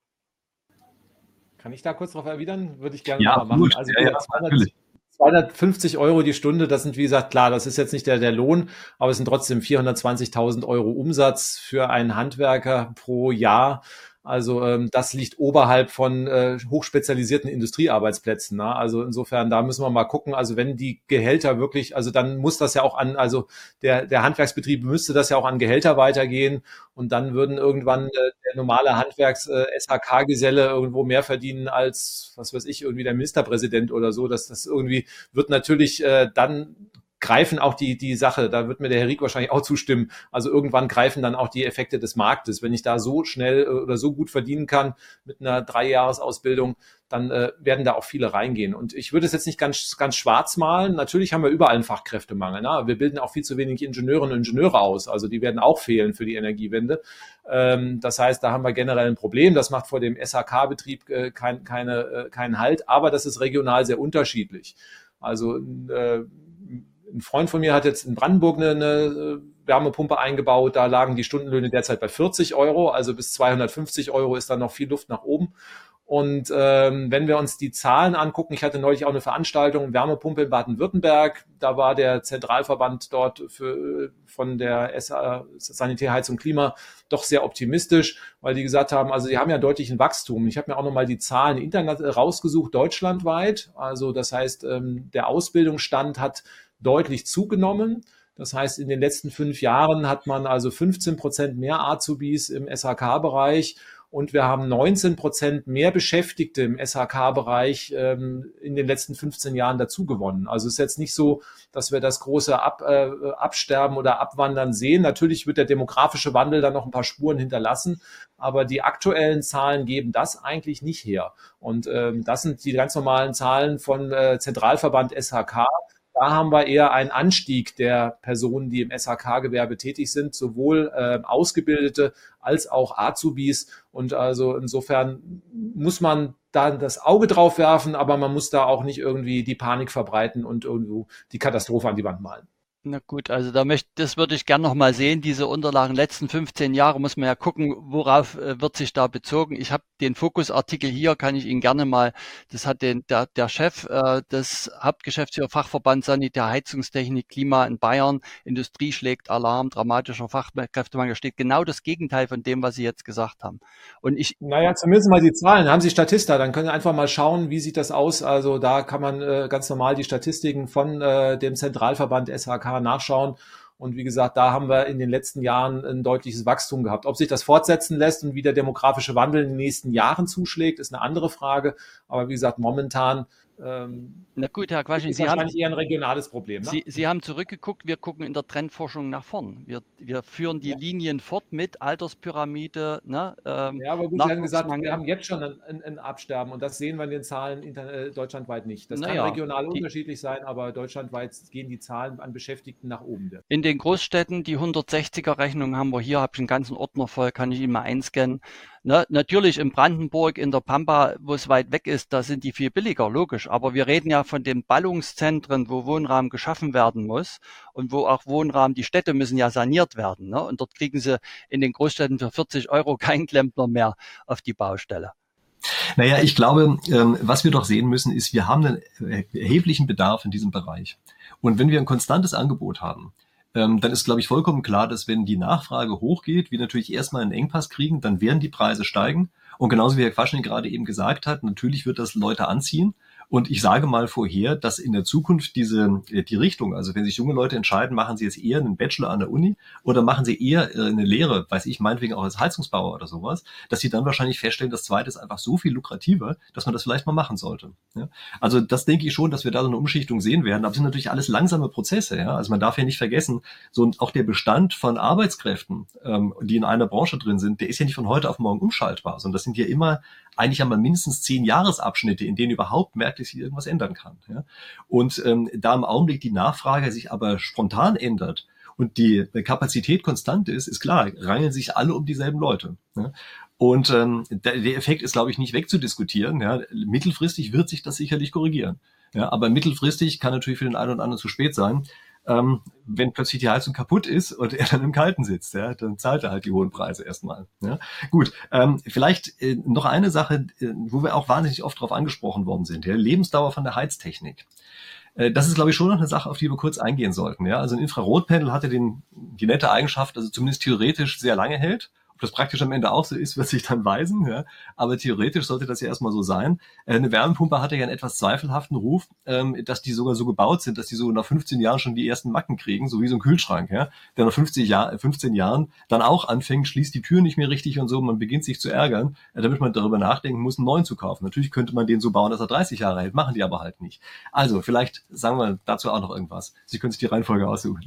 Kann ich da kurz darauf erwidern? Würde ich gerne Ja, nochmal machen. absolut. Also Ja, ja, 200, natürlich. 250 Euro die Stunde, das sind wie gesagt, klar, das ist jetzt nicht der Lohn, aber es sind trotzdem 420.000 Euro Umsatz für einen Handwerker pro Jahr. Also das liegt oberhalb von hochspezialisierten Industriearbeitsplätzen. Ne? Also insofern, da müssen wir mal gucken. Also wenn die Gehälter wirklich, also dann muss das ja auch an, also der Handwerksbetrieb müsste das ja auch an Gehälter weitergehen und dann würden irgendwann der normale Handwerks-SHK-Geselle irgendwo mehr verdienen als, was weiß ich, irgendwie der Ministerpräsident oder so. Das irgendwie wird natürlich dann greifen auch die Sache, da wird mir der Herr Rieck wahrscheinlich auch zustimmen, also irgendwann greifen dann auch die Effekte des Marktes. Wenn ich da so schnell oder so gut verdienen kann mit einer 3-Jahres-Ausbildung, dann werden da auch viele reingehen. Und ich würde es jetzt nicht ganz schwarz malen. Natürlich haben wir überall einen Fachkräftemangel. Ne? Wir bilden auch viel zu wenig Ingenieurinnen und Ingenieure aus. Also die werden auch fehlen für die Energiewende. Das heißt, da haben wir generell ein Problem. Das macht vor dem SHK-Betrieb keinen Halt. Aber das ist regional sehr unterschiedlich. Also ein Freund von mir hat jetzt in Brandenburg eine Wärmepumpe eingebaut. Da lagen die Stundenlöhne derzeit bei 40 Euro. Also bis 250 Euro ist da noch viel Luft nach oben. Und wenn wir uns die Zahlen angucken, ich hatte neulich auch eine Veranstaltung, Wärmepumpe in Baden-Württemberg, da war der Zentralverband dort von der Sanitär, Heizung, Klima doch sehr optimistisch, weil die gesagt haben, also sie haben ja deutlich ein Wachstum. Ich habe mir auch nochmal die Zahlen Internet rausgesucht, deutschlandweit. Also das heißt, der Ausbildungsstand hat deutlich zugenommen. Das heißt, in den letzten 5 Jahren hat man also 15% mehr Azubis im SHK-Bereich und wir haben 19% mehr Beschäftigte im SHK-Bereich in den letzten 15 Jahren dazu gewonnen. Also es ist jetzt nicht so, dass wir das große Absterben oder Abwandern sehen. Natürlich wird der demografische Wandel dann noch ein paar Spuren hinterlassen, aber die aktuellen Zahlen geben das eigentlich nicht her. Und das sind die ganz normalen Zahlen von Zentralverband SHK. Da haben wir eher einen Anstieg der Personen, die im SHK-Gewerbe tätig sind, sowohl Ausgebildete als auch Azubis. Und also insofern muss man da das Auge drauf werfen, aber man muss da auch nicht irgendwie die Panik verbreiten und irgendwo die Katastrophe an die Wand malen. Na gut, also das würde ich gern noch mal sehen. Diese Unterlagen letzten 15 Jahre muss man ja gucken, worauf wird sich da bezogen. Ich habe den Fokusartikel hier, kann ich Ihnen gerne mal, das hat der Chef des Hauptgeschäftsführer Fachverband Sanitär Heizungstechnik Klima in Bayern, Industrie schlägt Alarm, dramatischer Fachkräftemangel, steht genau das Gegenteil von dem, was Sie jetzt gesagt haben. Und ich, Naja, zumindest mal die Zahlen. Haben Sie Statista, dann können Sie einfach mal schauen, wie sieht das aus. Also da kann man ganz normal die Statistiken von dem Zentralverband SHK nachschauen. Und wie gesagt, da haben wir in den letzten Jahren ein deutliches Wachstum gehabt. Ob sich das fortsetzen lässt und wie der demografische Wandel in den nächsten Jahren zuschlägt, ist eine andere Frage. Aber wie gesagt, momentan na gut, Herr Quaschning, ist wahrscheinlich eher ein regionales Problem. Ne? Sie haben zurückgeguckt, wir gucken in der Trendforschung nach vorn. Wir führen die Ja. Linien fort mit Alterspyramide, ne, Ja, aber gut, Sie haben gesagt, wir Nachwuchsmangel. haben jetzt schon ein Absterben und das sehen wir in den Zahlen deutschlandweit nicht. Das kann Naja, regional die, unterschiedlich sein, aber deutschlandweit gehen die Zahlen an Beschäftigten nach oben. in den Großstädten, die 160er-Rechnung haben wir hier, habe ich einen ganzen Ordner voll, kann ich Ihnen mal einscannen. Ne, natürlich in Brandenburg, in der Pampa, wo es weit weg ist, da sind die viel billiger, logisch. Aber wir reden ja von den Ballungszentren, wo Wohnraum geschaffen werden muss und wo auch Wohnraum, die Städte müssen ja saniert werden. Ne? Und dort kriegen sie in den Großstädten für 40 Euro keinen Klempner mehr auf die Baustelle. Naja, ich glaube, was wir doch sehen müssen, ist, wir haben einen erheblichen Bedarf in diesem Bereich. Und wenn wir ein konstantes Angebot haben, dann ist, glaube ich, vollkommen klar, dass wenn die Nachfrage hochgeht, wir natürlich erstmal einen Engpass kriegen, dann werden die Preise steigen. Und genauso wie Herr Quaschning gerade eben gesagt hat, natürlich wird das Leute anziehen. Und ich sage mal vorher, dass in der Zukunft die Richtung, also wenn sich junge Leute entscheiden, machen sie jetzt eher einen Bachelor an der Uni oder machen sie eher eine Lehre, weiß ich, meinetwegen auch als Heizungsbauer oder sowas, dass sie dann wahrscheinlich feststellen, das Zweite ist einfach so viel lukrativer, dass man das vielleicht mal machen sollte. Ja? Also das denke ich schon, dass wir da so eine Umschichtung sehen werden. Aber es sind natürlich alles langsame Prozesse. Ja? Also man darf ja nicht vergessen, so auch der Bestand von Arbeitskräften, die in einer Branche drin sind, der ist ja nicht von heute auf morgen umschaltbar, sondern das sind ja immer eigentlich haben wir mindestens 10 Jahresabschnitte, in denen überhaupt merklich sich irgendwas ändern kann. Ja? Und da im Augenblick die Nachfrage sich aber spontan ändert und die Kapazität konstant ist klar, rangeln sich alle um dieselben Leute. Ja? Und der Effekt ist, glaube ich, nicht wegzudiskutieren. Ja? Mittelfristig wird sich das sicherlich korrigieren. Ja? Aber mittelfristig kann natürlich für den einen oder anderen zu spät sein. Wenn plötzlich die Heizung kaputt ist und er dann im Kalten sitzt, ja, dann zahlt er halt die hohen Preise erstmal. Ja. Gut, vielleicht noch eine Sache, wo wir auch wahnsinnig oft drauf angesprochen worden sind, ja, Lebensdauer von der Heiztechnik. Das ist, glaube ich, schon noch eine Sache, auf die wir kurz eingehen sollten. Ja. Also ein Infrarotpanel hatte die nette Eigenschaft, also zumindest theoretisch sehr lange hält. Ob das praktisch am Ende auch so ist, wird sich dann weisen. Ja. Aber theoretisch sollte das ja erstmal so sein. Eine Wärmepumpe hatte ja einen etwas zweifelhaften Ruf, dass die sogar so gebaut sind, dass die so nach 15 Jahren schon die ersten Macken kriegen, so wie so ein Kühlschrank, ja, der nach 15 Jahren dann auch anfängt, schließt die Tür nicht mehr richtig und so, man beginnt sich zu ärgern, damit man darüber nachdenken muss, einen neuen zu kaufen. Natürlich könnte man den so bauen, dass er 30 Jahre hält, machen die aber halt nicht. Also, vielleicht sagen wir dazu auch noch irgendwas. Sie können sich die Reihenfolge aussuchen.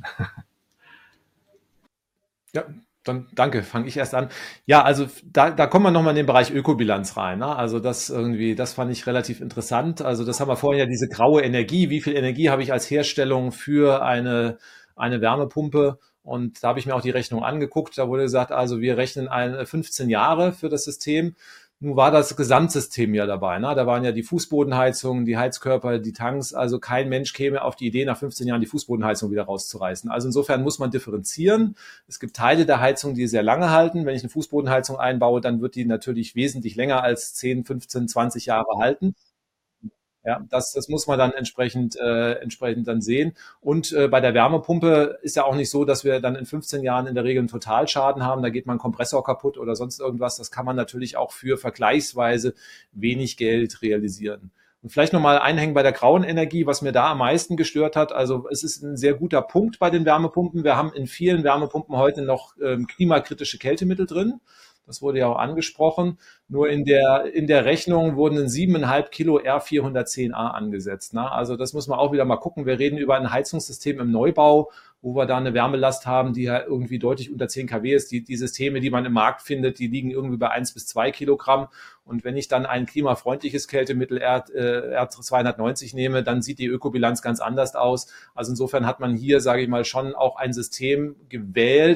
Ja, dann danke, fange ich erst an. Ja, also da kommen wir nochmal in den Bereich Ökobilanz rein. Ne? Also das fand ich relativ interessant. Also das haben wir vorhin ja, diese graue Energie. Wie viel Energie habe ich als Herstellung für eine Wärmepumpe? Und da habe ich mir auch die Rechnung angeguckt. Da wurde gesagt, also wir rechnen 15 Jahre für das System. Nun war das Gesamtsystem ja dabei. Ne? Da waren ja die Fußbodenheizungen, die Heizkörper, die Tanks. Also kein Mensch käme auf die Idee, nach 15 Jahren die Fußbodenheizung wieder rauszureißen. Also insofern muss man differenzieren. Es gibt Teile der Heizung, die sehr lange halten. Wenn ich eine Fußbodenheizung einbaue, dann wird die natürlich wesentlich länger als 10, 15, 20 Jahre halten. Ja, das muss man dann entsprechend dann sehen. Und bei der Wärmepumpe ist ja auch nicht so, dass wir dann in 15 Jahren in der Regel einen Totalschaden haben. Da geht mal ein Kompressor kaputt oder sonst irgendwas. Das kann man natürlich auch für vergleichsweise wenig Geld realisieren. Und vielleicht nochmal einhängen bei der grauen Energie, was mir da am meisten gestört hat. Also es ist ein sehr guter Punkt bei den Wärmepumpen. Wir haben in vielen Wärmepumpen heute noch klimakritische Kältemittel drin. Das wurde ja auch angesprochen. Nur in der Rechnung wurden 7,5 Kilo R410A angesetzt. Ne? Also das muss man auch wieder mal gucken. Wir reden über ein Heizungssystem im Neubau, wo wir da eine Wärmelast haben, die ja irgendwie deutlich unter 10 kW ist. Die Systeme, die man im Markt findet, die liegen irgendwie bei 1 bis 2 Kilogramm. Und wenn ich dann ein klimafreundliches Kältemittel R290 nehme, dann sieht die Ökobilanz ganz anders aus. Also insofern hat man hier, sage ich mal, schon auch ein System gewählt,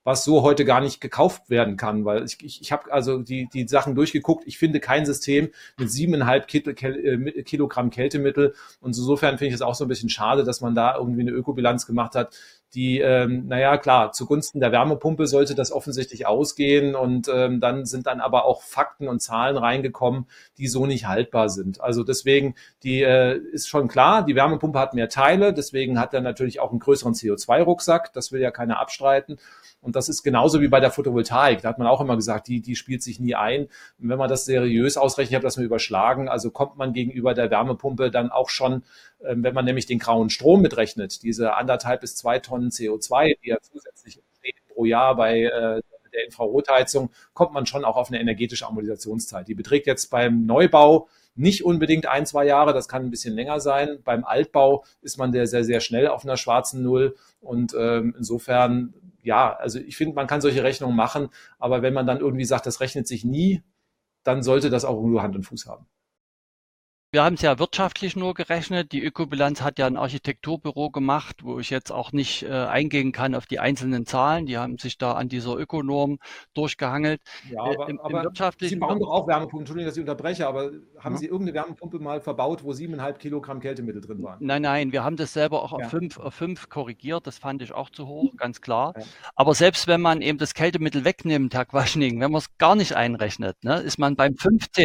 was so heute gar nicht gekauft werden kann, weil ich habe also die Sachen durchgeguckt. Ich finde kein System mit 7,5 Kilogramm Kältemittel, und insofern finde ich es auch so ein bisschen schade, dass man da irgendwie eine Ökobilanz gemacht hat, die, naja, klar, zugunsten der Wärmepumpe sollte das offensichtlich ausgehen, und dann sind dann aber auch Fakten und Zahlen reingekommen, die so nicht haltbar sind. Also deswegen, die ist schon klar, die Wärmepumpe hat mehr Teile, deswegen hat er natürlich auch einen größeren CO2-Rucksack, das will ja keiner abstreiten. Und das ist genauso wie bei der Photovoltaik. Da hat man auch immer gesagt, die spielt sich nie ein. Und wenn man das seriös ausrechnet, ich habe das mal überschlagen, also kommt man gegenüber der Wärmepumpe dann auch schon, wenn man nämlich den grauen Strom mitrechnet, diese 1,5 bis 2 Tonnen CO2, die ja zusätzlich entstehen pro Jahr bei der Infrarotheizung, kommt man schon auch auf eine energetische Amortisationszeit. Die beträgt jetzt beim Neubau nicht unbedingt 1, 2 Jahre, das kann ein bisschen länger sein. Beim Altbau ist man sehr, sehr schnell auf einer schwarzen Null, und insofern, ja, also ich finde, man kann solche Rechnungen machen, aber wenn man dann irgendwie sagt, das rechnet sich nie, dann sollte das auch nur Hand und Fuß haben. Wir haben es ja wirtschaftlich nur gerechnet. Die Ökobilanz hat ja ein Architekturbüro gemacht, wo ich jetzt auch nicht eingehen kann auf die einzelnen Zahlen. Die haben sich da an dieser Ökonorm durchgehangelt. Ja, Im aber Sie wirtschaftlichen bauen doch auch Wärmepumpen. Entschuldigung, dass ich unterbreche, aber haben Ja. Sie irgendeine Wärmepumpe mal verbaut, wo 7,5 Kilogramm Kältemittel drin waren? Nein, wir haben das selber auch Ja, auf 5 korrigiert. Das fand ich auch zu hoch, ganz klar. ja. Aber selbst wenn man eben das Kältemittel wegnimmt, Herr Quaschning, wenn man es gar nicht einrechnet, ne, ist man beim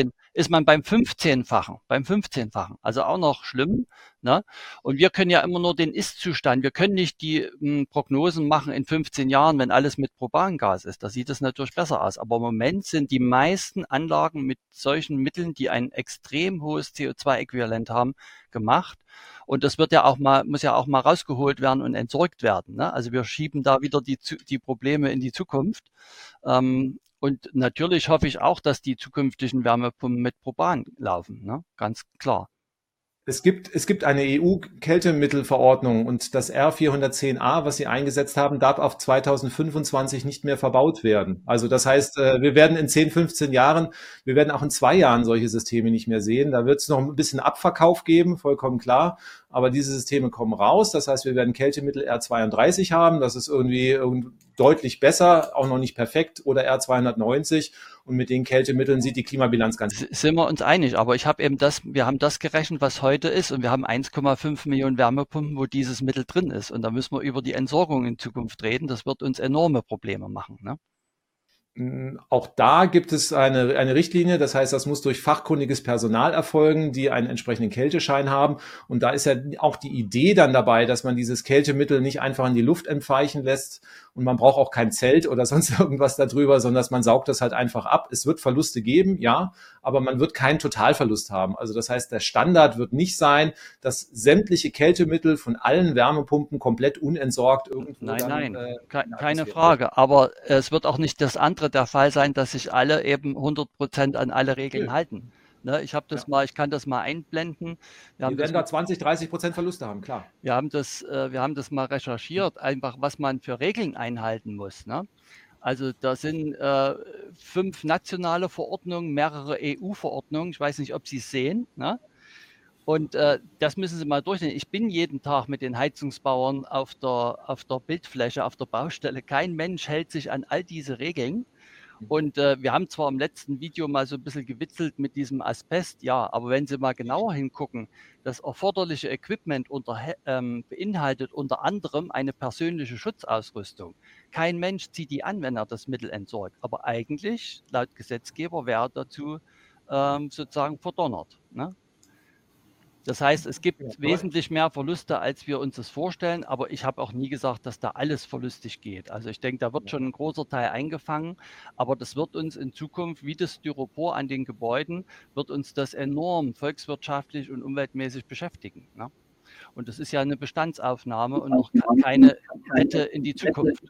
15-fachen. Also auch noch schlimm, ne? Und wir können ja immer nur den Ist-Zustand. Wir können nicht die Prognosen machen in 15 Jahren, wenn alles mit Propangas ist. Da sieht es natürlich besser aus. Aber im Moment sind die meisten Anlagen mit solchen Mitteln, die ein extrem hohes CO2-Äquivalent haben, gemacht. Und das muss ja auch mal rausgeholt werden und entsorgt werden, ne? Also wir schieben da wieder die Probleme in die Zukunft. Und natürlich hoffe ich auch, dass die zukünftigen Wärmepumpen mit Propan laufen, ne? Ganz klar. Es gibt eine EU-Kältemittelverordnung, und das R410a, was Sie eingesetzt haben, darf auf 2025 nicht mehr verbaut werden. Also das heißt, wir werden in 10, 15 Jahren, wir werden auch in 2 Jahren solche Systeme nicht mehr sehen. Da wird es noch ein bisschen Abverkauf geben, vollkommen klar. Aber diese Systeme kommen raus. Das heißt, wir werden Kältemittel R32 haben. Das ist irgendwie deutlich besser, auch noch nicht perfekt, oder R290. Und mit den Kältemitteln sieht die Klimabilanz ganz gut. Sind wir uns einig, aber wir haben das gerechnet, was heute ist, und wir haben 1,5 Millionen Wärmepumpen, wo dieses Mittel drin ist. Und da müssen wir über die Entsorgung in Zukunft reden. Das wird uns enorme Probleme machen, ne? Auch da gibt es eine Richtlinie, das heißt, das muss durch fachkundiges Personal erfolgen, die einen entsprechenden Kälteschein haben. Und da ist ja auch die Idee dann dabei, dass man dieses Kältemittel nicht einfach in die Luft entweichen lässt, und man braucht auch kein Zelt oder sonst irgendwas darüber, sondern dass man saugt das halt einfach ab. Es wird Verluste geben, ja, aber man wird keinen Totalverlust haben. Also das heißt, der Standard wird nicht sein, dass sämtliche Kältemittel von allen Wärmepumpen komplett unentsorgt irgendwo Nein, in der keine Atmosphäre. Frage. Aber es wird auch nicht das andere der Fall sein, dass sich alle eben 100% an alle Regeln Nö. halten. Ne, ich kann das mal einblenden. Wir werden da 20-30% Verluste haben, klar. Wir haben das mal recherchiert, einfach was man für Regeln einhalten muss, ne? Also da sind 5 nationale Verordnungen, mehrere EU-Verordnungen. Ich weiß nicht, ob Sie es sehen, ne? Und das müssen Sie mal durchnehmen. Ich bin jeden Tag mit den Heizungsbauern auf der Bildfläche, auf der Baustelle. Kein Mensch hält sich an all diese Regeln. Und wir haben zwar im letzten Video mal so ein bisschen gewitzelt mit diesem Asbest, ja, aber wenn Sie mal genauer hingucken, das erforderliche Equipment beinhaltet unter anderem eine persönliche Schutzausrüstung. Kein Mensch zieht die an, wenn er das Mittel entsorgt. Aber eigentlich, laut Gesetzgeber, wäre er dazu sozusagen verdonnert, ne? Das heißt, es gibt Ja, wesentlich mehr Verluste, als wir uns das vorstellen, aber ich habe auch nie gesagt, dass da alles verlustig geht. Also ich denke, da wird schon ein großer Teil eingefangen, aber das wird uns in Zukunft, wie das Styropor an den Gebäuden, wird uns das enorm volkswirtschaftlich und umweltmäßig beschäftigen, ne? Und das ist ja eine Bestandsaufnahme und noch keine Wette in die Zukunft.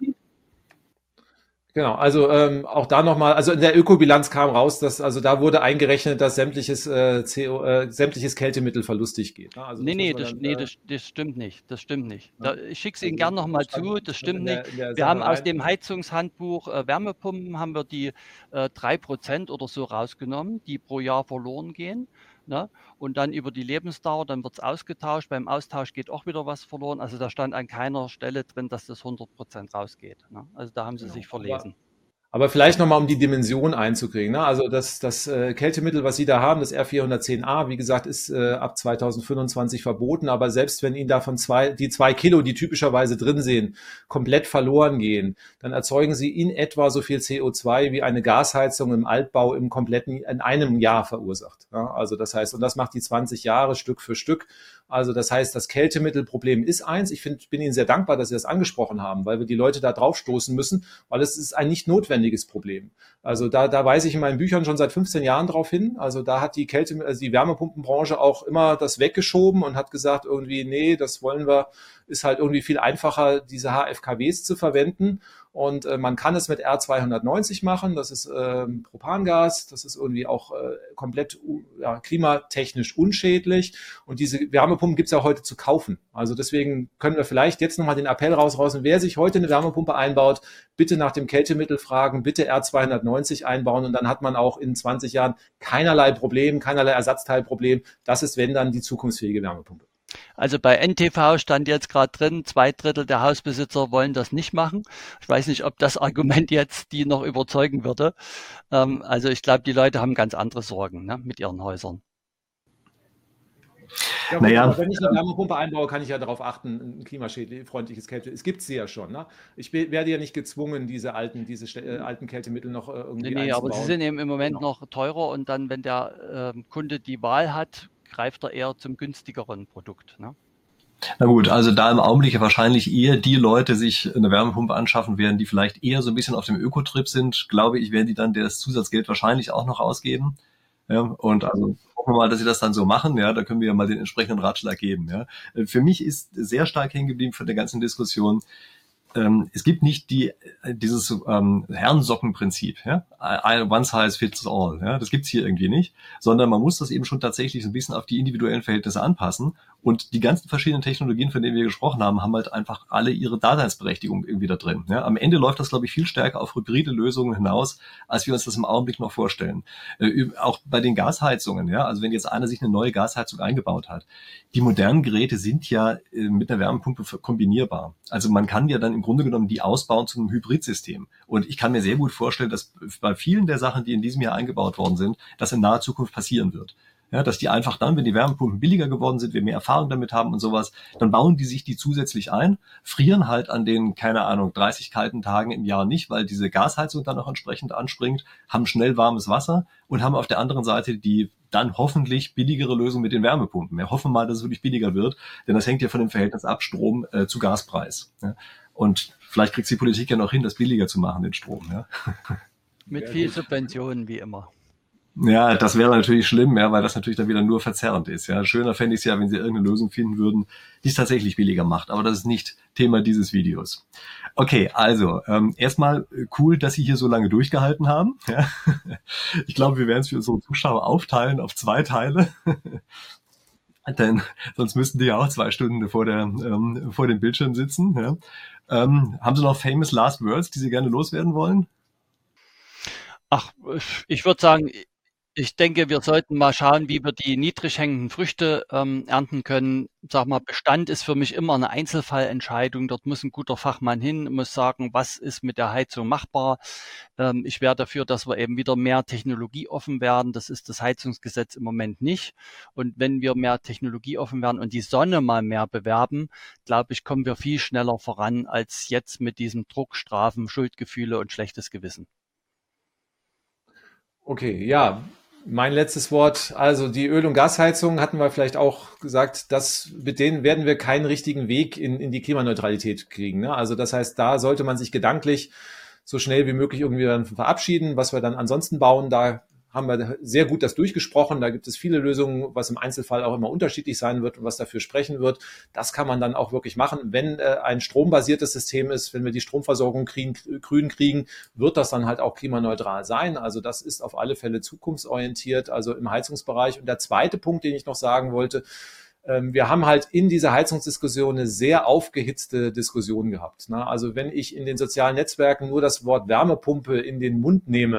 Genau, also auch da nochmal, also in der Ökobilanz kam raus, dass, also da wurde eingerechnet, dass sämtliches Kältemittel verlustig geht, ne? Also Das stimmt nicht. Das stimmt nicht. ja, Ich schicke es Ihnen also gern nochmal stand zu, das stimmt nicht. in der Wir haben Sache aus rein. dem Heizungshandbuch Wärmepumpen haben wir die 3% oder so rausgenommen, die pro Jahr verloren gehen. Ne? Und dann über die Lebensdauer, dann wird es ausgetauscht. Beim Austausch geht auch wieder was verloren. Also da stand an keiner Stelle drin, dass das 100% rausgeht. Ne? Also da haben sie sich Genau. verlesen. Aber vielleicht nochmal, um die Dimension einzukriegen. Ne? Also das Kältemittel, was Sie da haben, das R410A, wie gesagt, ist ab 2025 verboten. Aber selbst wenn Ihnen davon die 2 Kilo, die typischerweise drin sind, komplett verloren gehen, dann erzeugen Sie in etwa so viel CO2, wie eine Gasheizung im Altbau in einem Jahr verursacht. Ja? Also das heißt, und das macht die 20 Jahre Stück für Stück. Also das heißt, das Kältemittelproblem ist eins. Bin Ihnen sehr dankbar, dass Sie das angesprochen haben, weil wir die Leute da drauf stoßen müssen, weil es ist ein nicht notwendiges Problem. Also da weise ich in meinen Büchern schon seit 15 Jahren drauf hin. Also da hat die Wärmepumpenbranche auch immer das weggeschoben und hat gesagt irgendwie, nee, das wollen wir, ist halt irgendwie viel einfacher, diese HFKWs zu verwenden. Und man kann es mit R290 machen, das ist Propangas, das ist irgendwie auch komplett klimatechnisch unschädlich. Und diese Wärmepumpen gibt es ja heute zu kaufen. Also deswegen können wir vielleicht jetzt nochmal den Appell rausrausen, wer sich heute eine Wärmepumpe einbaut, bitte nach dem Kältemittel fragen, bitte R290 einbauen und dann hat man auch in 20 Jahren keinerlei Problem, keinerlei Ersatzteilproblem. Das ist, wenn dann, die zukunftsfähige Wärmepumpe. Also bei NTV stand jetzt gerade drin, 2/3 der Hausbesitzer wollen das nicht machen. Ich weiß nicht, ob das Argument jetzt die noch überzeugen würde. Also ich glaube, die Leute haben ganz andere Sorgen, ne, mit ihren Häusern. Ja, naja, wenn ich eine Wärmepumpe einbaue, kann ich ja darauf achten, ein klimafreundliches Kälte. Es gibt sie ja schon. Ne? Ich werde ja nicht gezwungen, diese alten Kältemittel noch irgendwie einzubauen. Aber sie sind eben im Moment noch teurer und dann, wenn der Kunde die Wahl hat, greift er eher zum günstigeren Produkt. Ne? Na gut, also da im Augenblick wahrscheinlich eher die Leute sich eine Wärmepumpe anschaffen werden, die vielleicht eher so ein bisschen auf dem Ökotrip sind, glaube ich, werden die dann das Zusatzgeld wahrscheinlich auch noch ausgeben. Ja, und also hoffen wir mal, dass sie das dann so machen. Ja, da können wir ja mal den entsprechenden Ratschlag geben. Ja. Für mich ist sehr stark hängen geblieben von der ganzen Diskussion, es gibt nicht dieses Herrensockenprinzip, ja? One size fits all, ja? Das gibt's hier irgendwie nicht, sondern man muss das eben schon tatsächlich ein bisschen auf die individuellen Verhältnisse anpassen. Und die ganzen verschiedenen Technologien, von denen wir gesprochen haben, haben halt einfach alle ihre Daseinsberechtigung irgendwie da drin. Ja? Am Ende läuft das, glaube ich, viel stärker auf hybride Lösungen hinaus, als wir uns das im Augenblick noch vorstellen. Auch bei den Gasheizungen, ja, also wenn jetzt einer sich eine neue Gasheizung eingebaut hat, die modernen Geräte sind ja mit einer Wärmepumpe kombinierbar. Also man kann ja dann im Grunde genommen die ausbauen zu einem Hybridsystem. Und ich kann mir sehr gut vorstellen, dass bei vielen der Sachen, die in diesem Jahr eingebaut worden sind, das in naher Zukunft passieren wird. Ja, dass die einfach dann, wenn die Wärmepumpen billiger geworden sind, wir mehr Erfahrung damit haben und sowas, dann bauen die sich die zusätzlich ein, frieren halt an den, keine Ahnung, 30 kalten Tagen im Jahr nicht, weil diese Gasheizung dann auch entsprechend anspringt, haben schnell warmes Wasser und haben auf der anderen Seite die dann hoffentlich billigere Lösung mit den Wärmepumpen. Wir hoffen mal, dass es wirklich billiger wird, denn das hängt ja von dem Verhältnis ab, Strom zu Gaspreis. Ja. Und vielleicht kriegt die Politik ja noch hin, das billiger zu machen, den Strom. Ja. Mit viel Subventionen, wie immer. Ja, das wäre natürlich schlimm, ja, weil das natürlich dann wieder nur verzerrend ist. Ja, schöner fände ich es ja, wenn sie irgendeine Lösung finden würden, die es tatsächlich billiger macht. Aber das ist nicht Thema dieses Videos. Okay, also erstmal cool, dass Sie hier so lange durchgehalten haben. Ja. Ich glaube, wir werden es für unsere Zuschauer aufteilen auf 2 Teile. Denn sonst müssten die ja auch 2 Stunden vor dem Bildschirm sitzen. Ja. Haben Sie noch famous last words, die Sie gerne loswerden wollen? Ach, ich würde sagen, ich denke, wir sollten mal schauen, wie wir die niedrig hängenden Früchte ernten können. Sag mal, Bestand ist für mich immer eine Einzelfallentscheidung. Dort muss ein guter Fachmann hin, muss sagen, was ist mit der Heizung machbar. Ich wäre dafür, dass wir eben wieder mehr technologieoffen werden. Das ist das Heizungsgesetz im Moment nicht. Und wenn wir mehr technologieoffen werden und die Sonne mal mehr bewerben, glaube ich, kommen wir viel schneller voran als jetzt mit diesem Druck, Strafen, Schuldgefühle und schlechtes Gewissen. Okay, ja, mein letztes Wort. Also die Öl- und Gasheizung hatten wir vielleicht auch gesagt, mit denen werden wir keinen richtigen Weg in die Klimaneutralität kriegen. Ne? Also das heißt, da sollte man sich gedanklich so schnell wie möglich irgendwie dann verabschieden. Was wir dann ansonsten bauen, da haben wir sehr gut das durchgesprochen. Da gibt es viele Lösungen, was im Einzelfall auch immer unterschiedlich sein wird und was dafür sprechen wird. Das kann man dann auch wirklich machen. Wenn ein strombasiertes System ist, wenn wir die Stromversorgung grün kriegen, wird das dann halt auch klimaneutral sein. Also das ist auf alle Fälle zukunftsorientiert, also im Heizungsbereich. Und der zweite Punkt, den ich noch sagen wollte, wir haben halt in dieser Heizungsdiskussion eine sehr aufgehitzte Diskussion gehabt. Also wenn ich in den sozialen Netzwerken nur das Wort Wärmepumpe in den Mund nehme,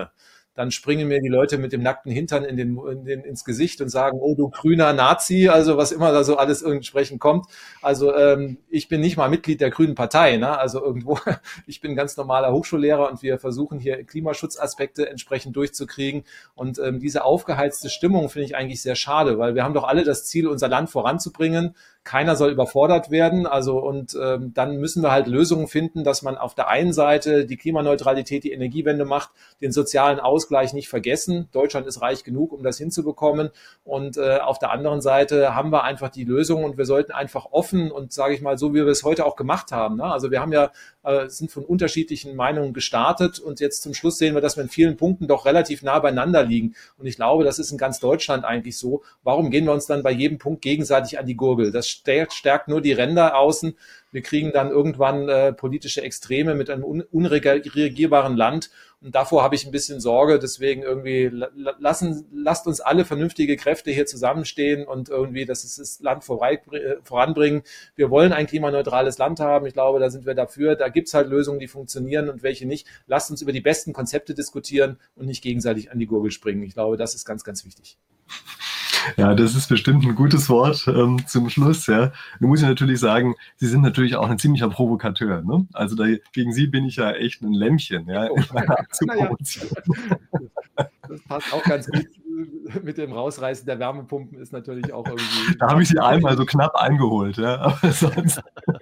dann springen mir die Leute mit dem nackten Hintern ins Gesicht und sagen, oh du grüner Nazi, also was immer da so alles entsprechend kommt. Also ich bin nicht mal Mitglied der Grünen Partei, ne? Also irgendwo, ich bin ganz normaler Hochschullehrer und wir versuchen hier Klimaschutzaspekte entsprechend durchzukriegen. Und diese aufgeheizte Stimmung finde ich eigentlich sehr schade, weil wir haben doch alle das Ziel, unser Land voranzubringen. Keiner soll überfordert werden. Also und dann müssen wir halt Lösungen finden, dass man auf der einen Seite die Klimaneutralität, die Energiewende macht, den sozialen Ausgleich nicht vergessen. Deutschland ist reich genug, um das hinzubekommen. Und auf der anderen Seite haben wir einfach die Lösung und wir sollten einfach offen und, sage ich mal, so wie wir es heute auch gemacht haben. Ne? Also wir haben ja sind von unterschiedlichen Meinungen gestartet und jetzt zum Schluss sehen wir, dass wir in vielen Punkten doch relativ nah beieinander liegen. Und ich glaube, das ist in ganz Deutschland eigentlich so. Warum gehen wir uns dann bei jedem Punkt gegenseitig an die Gurgel? Das stärkt nur die Ränder außen. Wir kriegen dann irgendwann politische Extreme mit einem unregierbaren Land. Und davor habe ich ein bisschen Sorge. Deswegen irgendwie lasst uns alle vernünftige Kräfte hier zusammenstehen und irgendwie das Land voranbringen. Wir wollen ein klimaneutrales Land haben. Ich glaube, da sind wir dafür. Da gibt es halt Lösungen, die funktionieren und welche nicht. Lasst uns über die besten Konzepte diskutieren und nicht gegenseitig an die Gurgel springen. Ich glaube, das ist ganz, ganz wichtig. Ja, das ist bestimmt ein gutes Wort zum Schluss. Ja. Nun muss ich natürlich sagen, Sie sind natürlich auch ein ziemlicher Provokateur. Ne? Also gegen Sie bin ich ja echt ein Lämmchen. Ja, in meiner Art zu provozieren. Das passt auch ganz gut. Mit dem Rausreißen der Wärmepumpen ist natürlich auch irgendwie... Da habe ich Sie einmal so knapp eingeholt. Ja, aber sonst...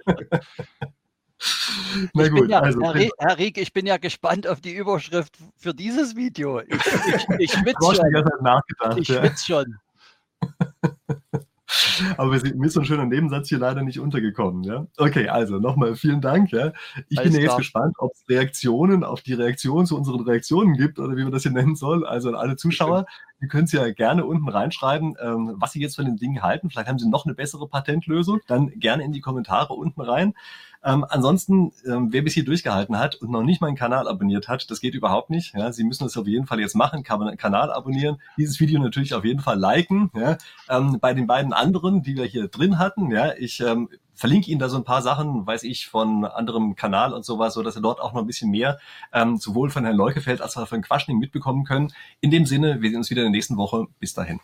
Na gut, ja, also, Herr Rieck, ich bin ja gespannt auf die Überschrift für dieses Video. Ich schwitze schon. Ich schwitze schon. Aber mir ist so ein schöner Nebensatz hier leider nicht untergekommen. Ja? Okay, also nochmal vielen Dank. Ja? Ich bin ja jetzt gespannt, ob es Reaktionen auf die Reaktion zu unseren Reaktionen gibt oder wie man das hier nennen soll. Also an alle Zuschauer, ihr könnt es ja gerne unten reinschreiben, was Sie jetzt von den Dingen halten. Vielleicht haben Sie noch eine bessere Patentlösung. Dann gerne in die Kommentare unten rein. Ansonsten, wer bis hier durchgehalten hat und noch nicht meinen Kanal abonniert hat, das geht überhaupt nicht. Ja? Sie müssen das auf jeden Fall jetzt machen, Kanal abonnieren, dieses Video natürlich auf jeden Fall liken. Ja? Bei den beiden anderen, die wir hier drin hatten, ja, ich verlinke Ihnen da so ein paar Sachen, weiß ich, von anderem Kanal und sowas, so dass Sie dort auch noch ein bisschen mehr sowohl von Herrn Leukefeld als auch von Quaschning mitbekommen können. In dem Sinne, wir sehen uns wieder in der nächsten Woche. Bis dahin.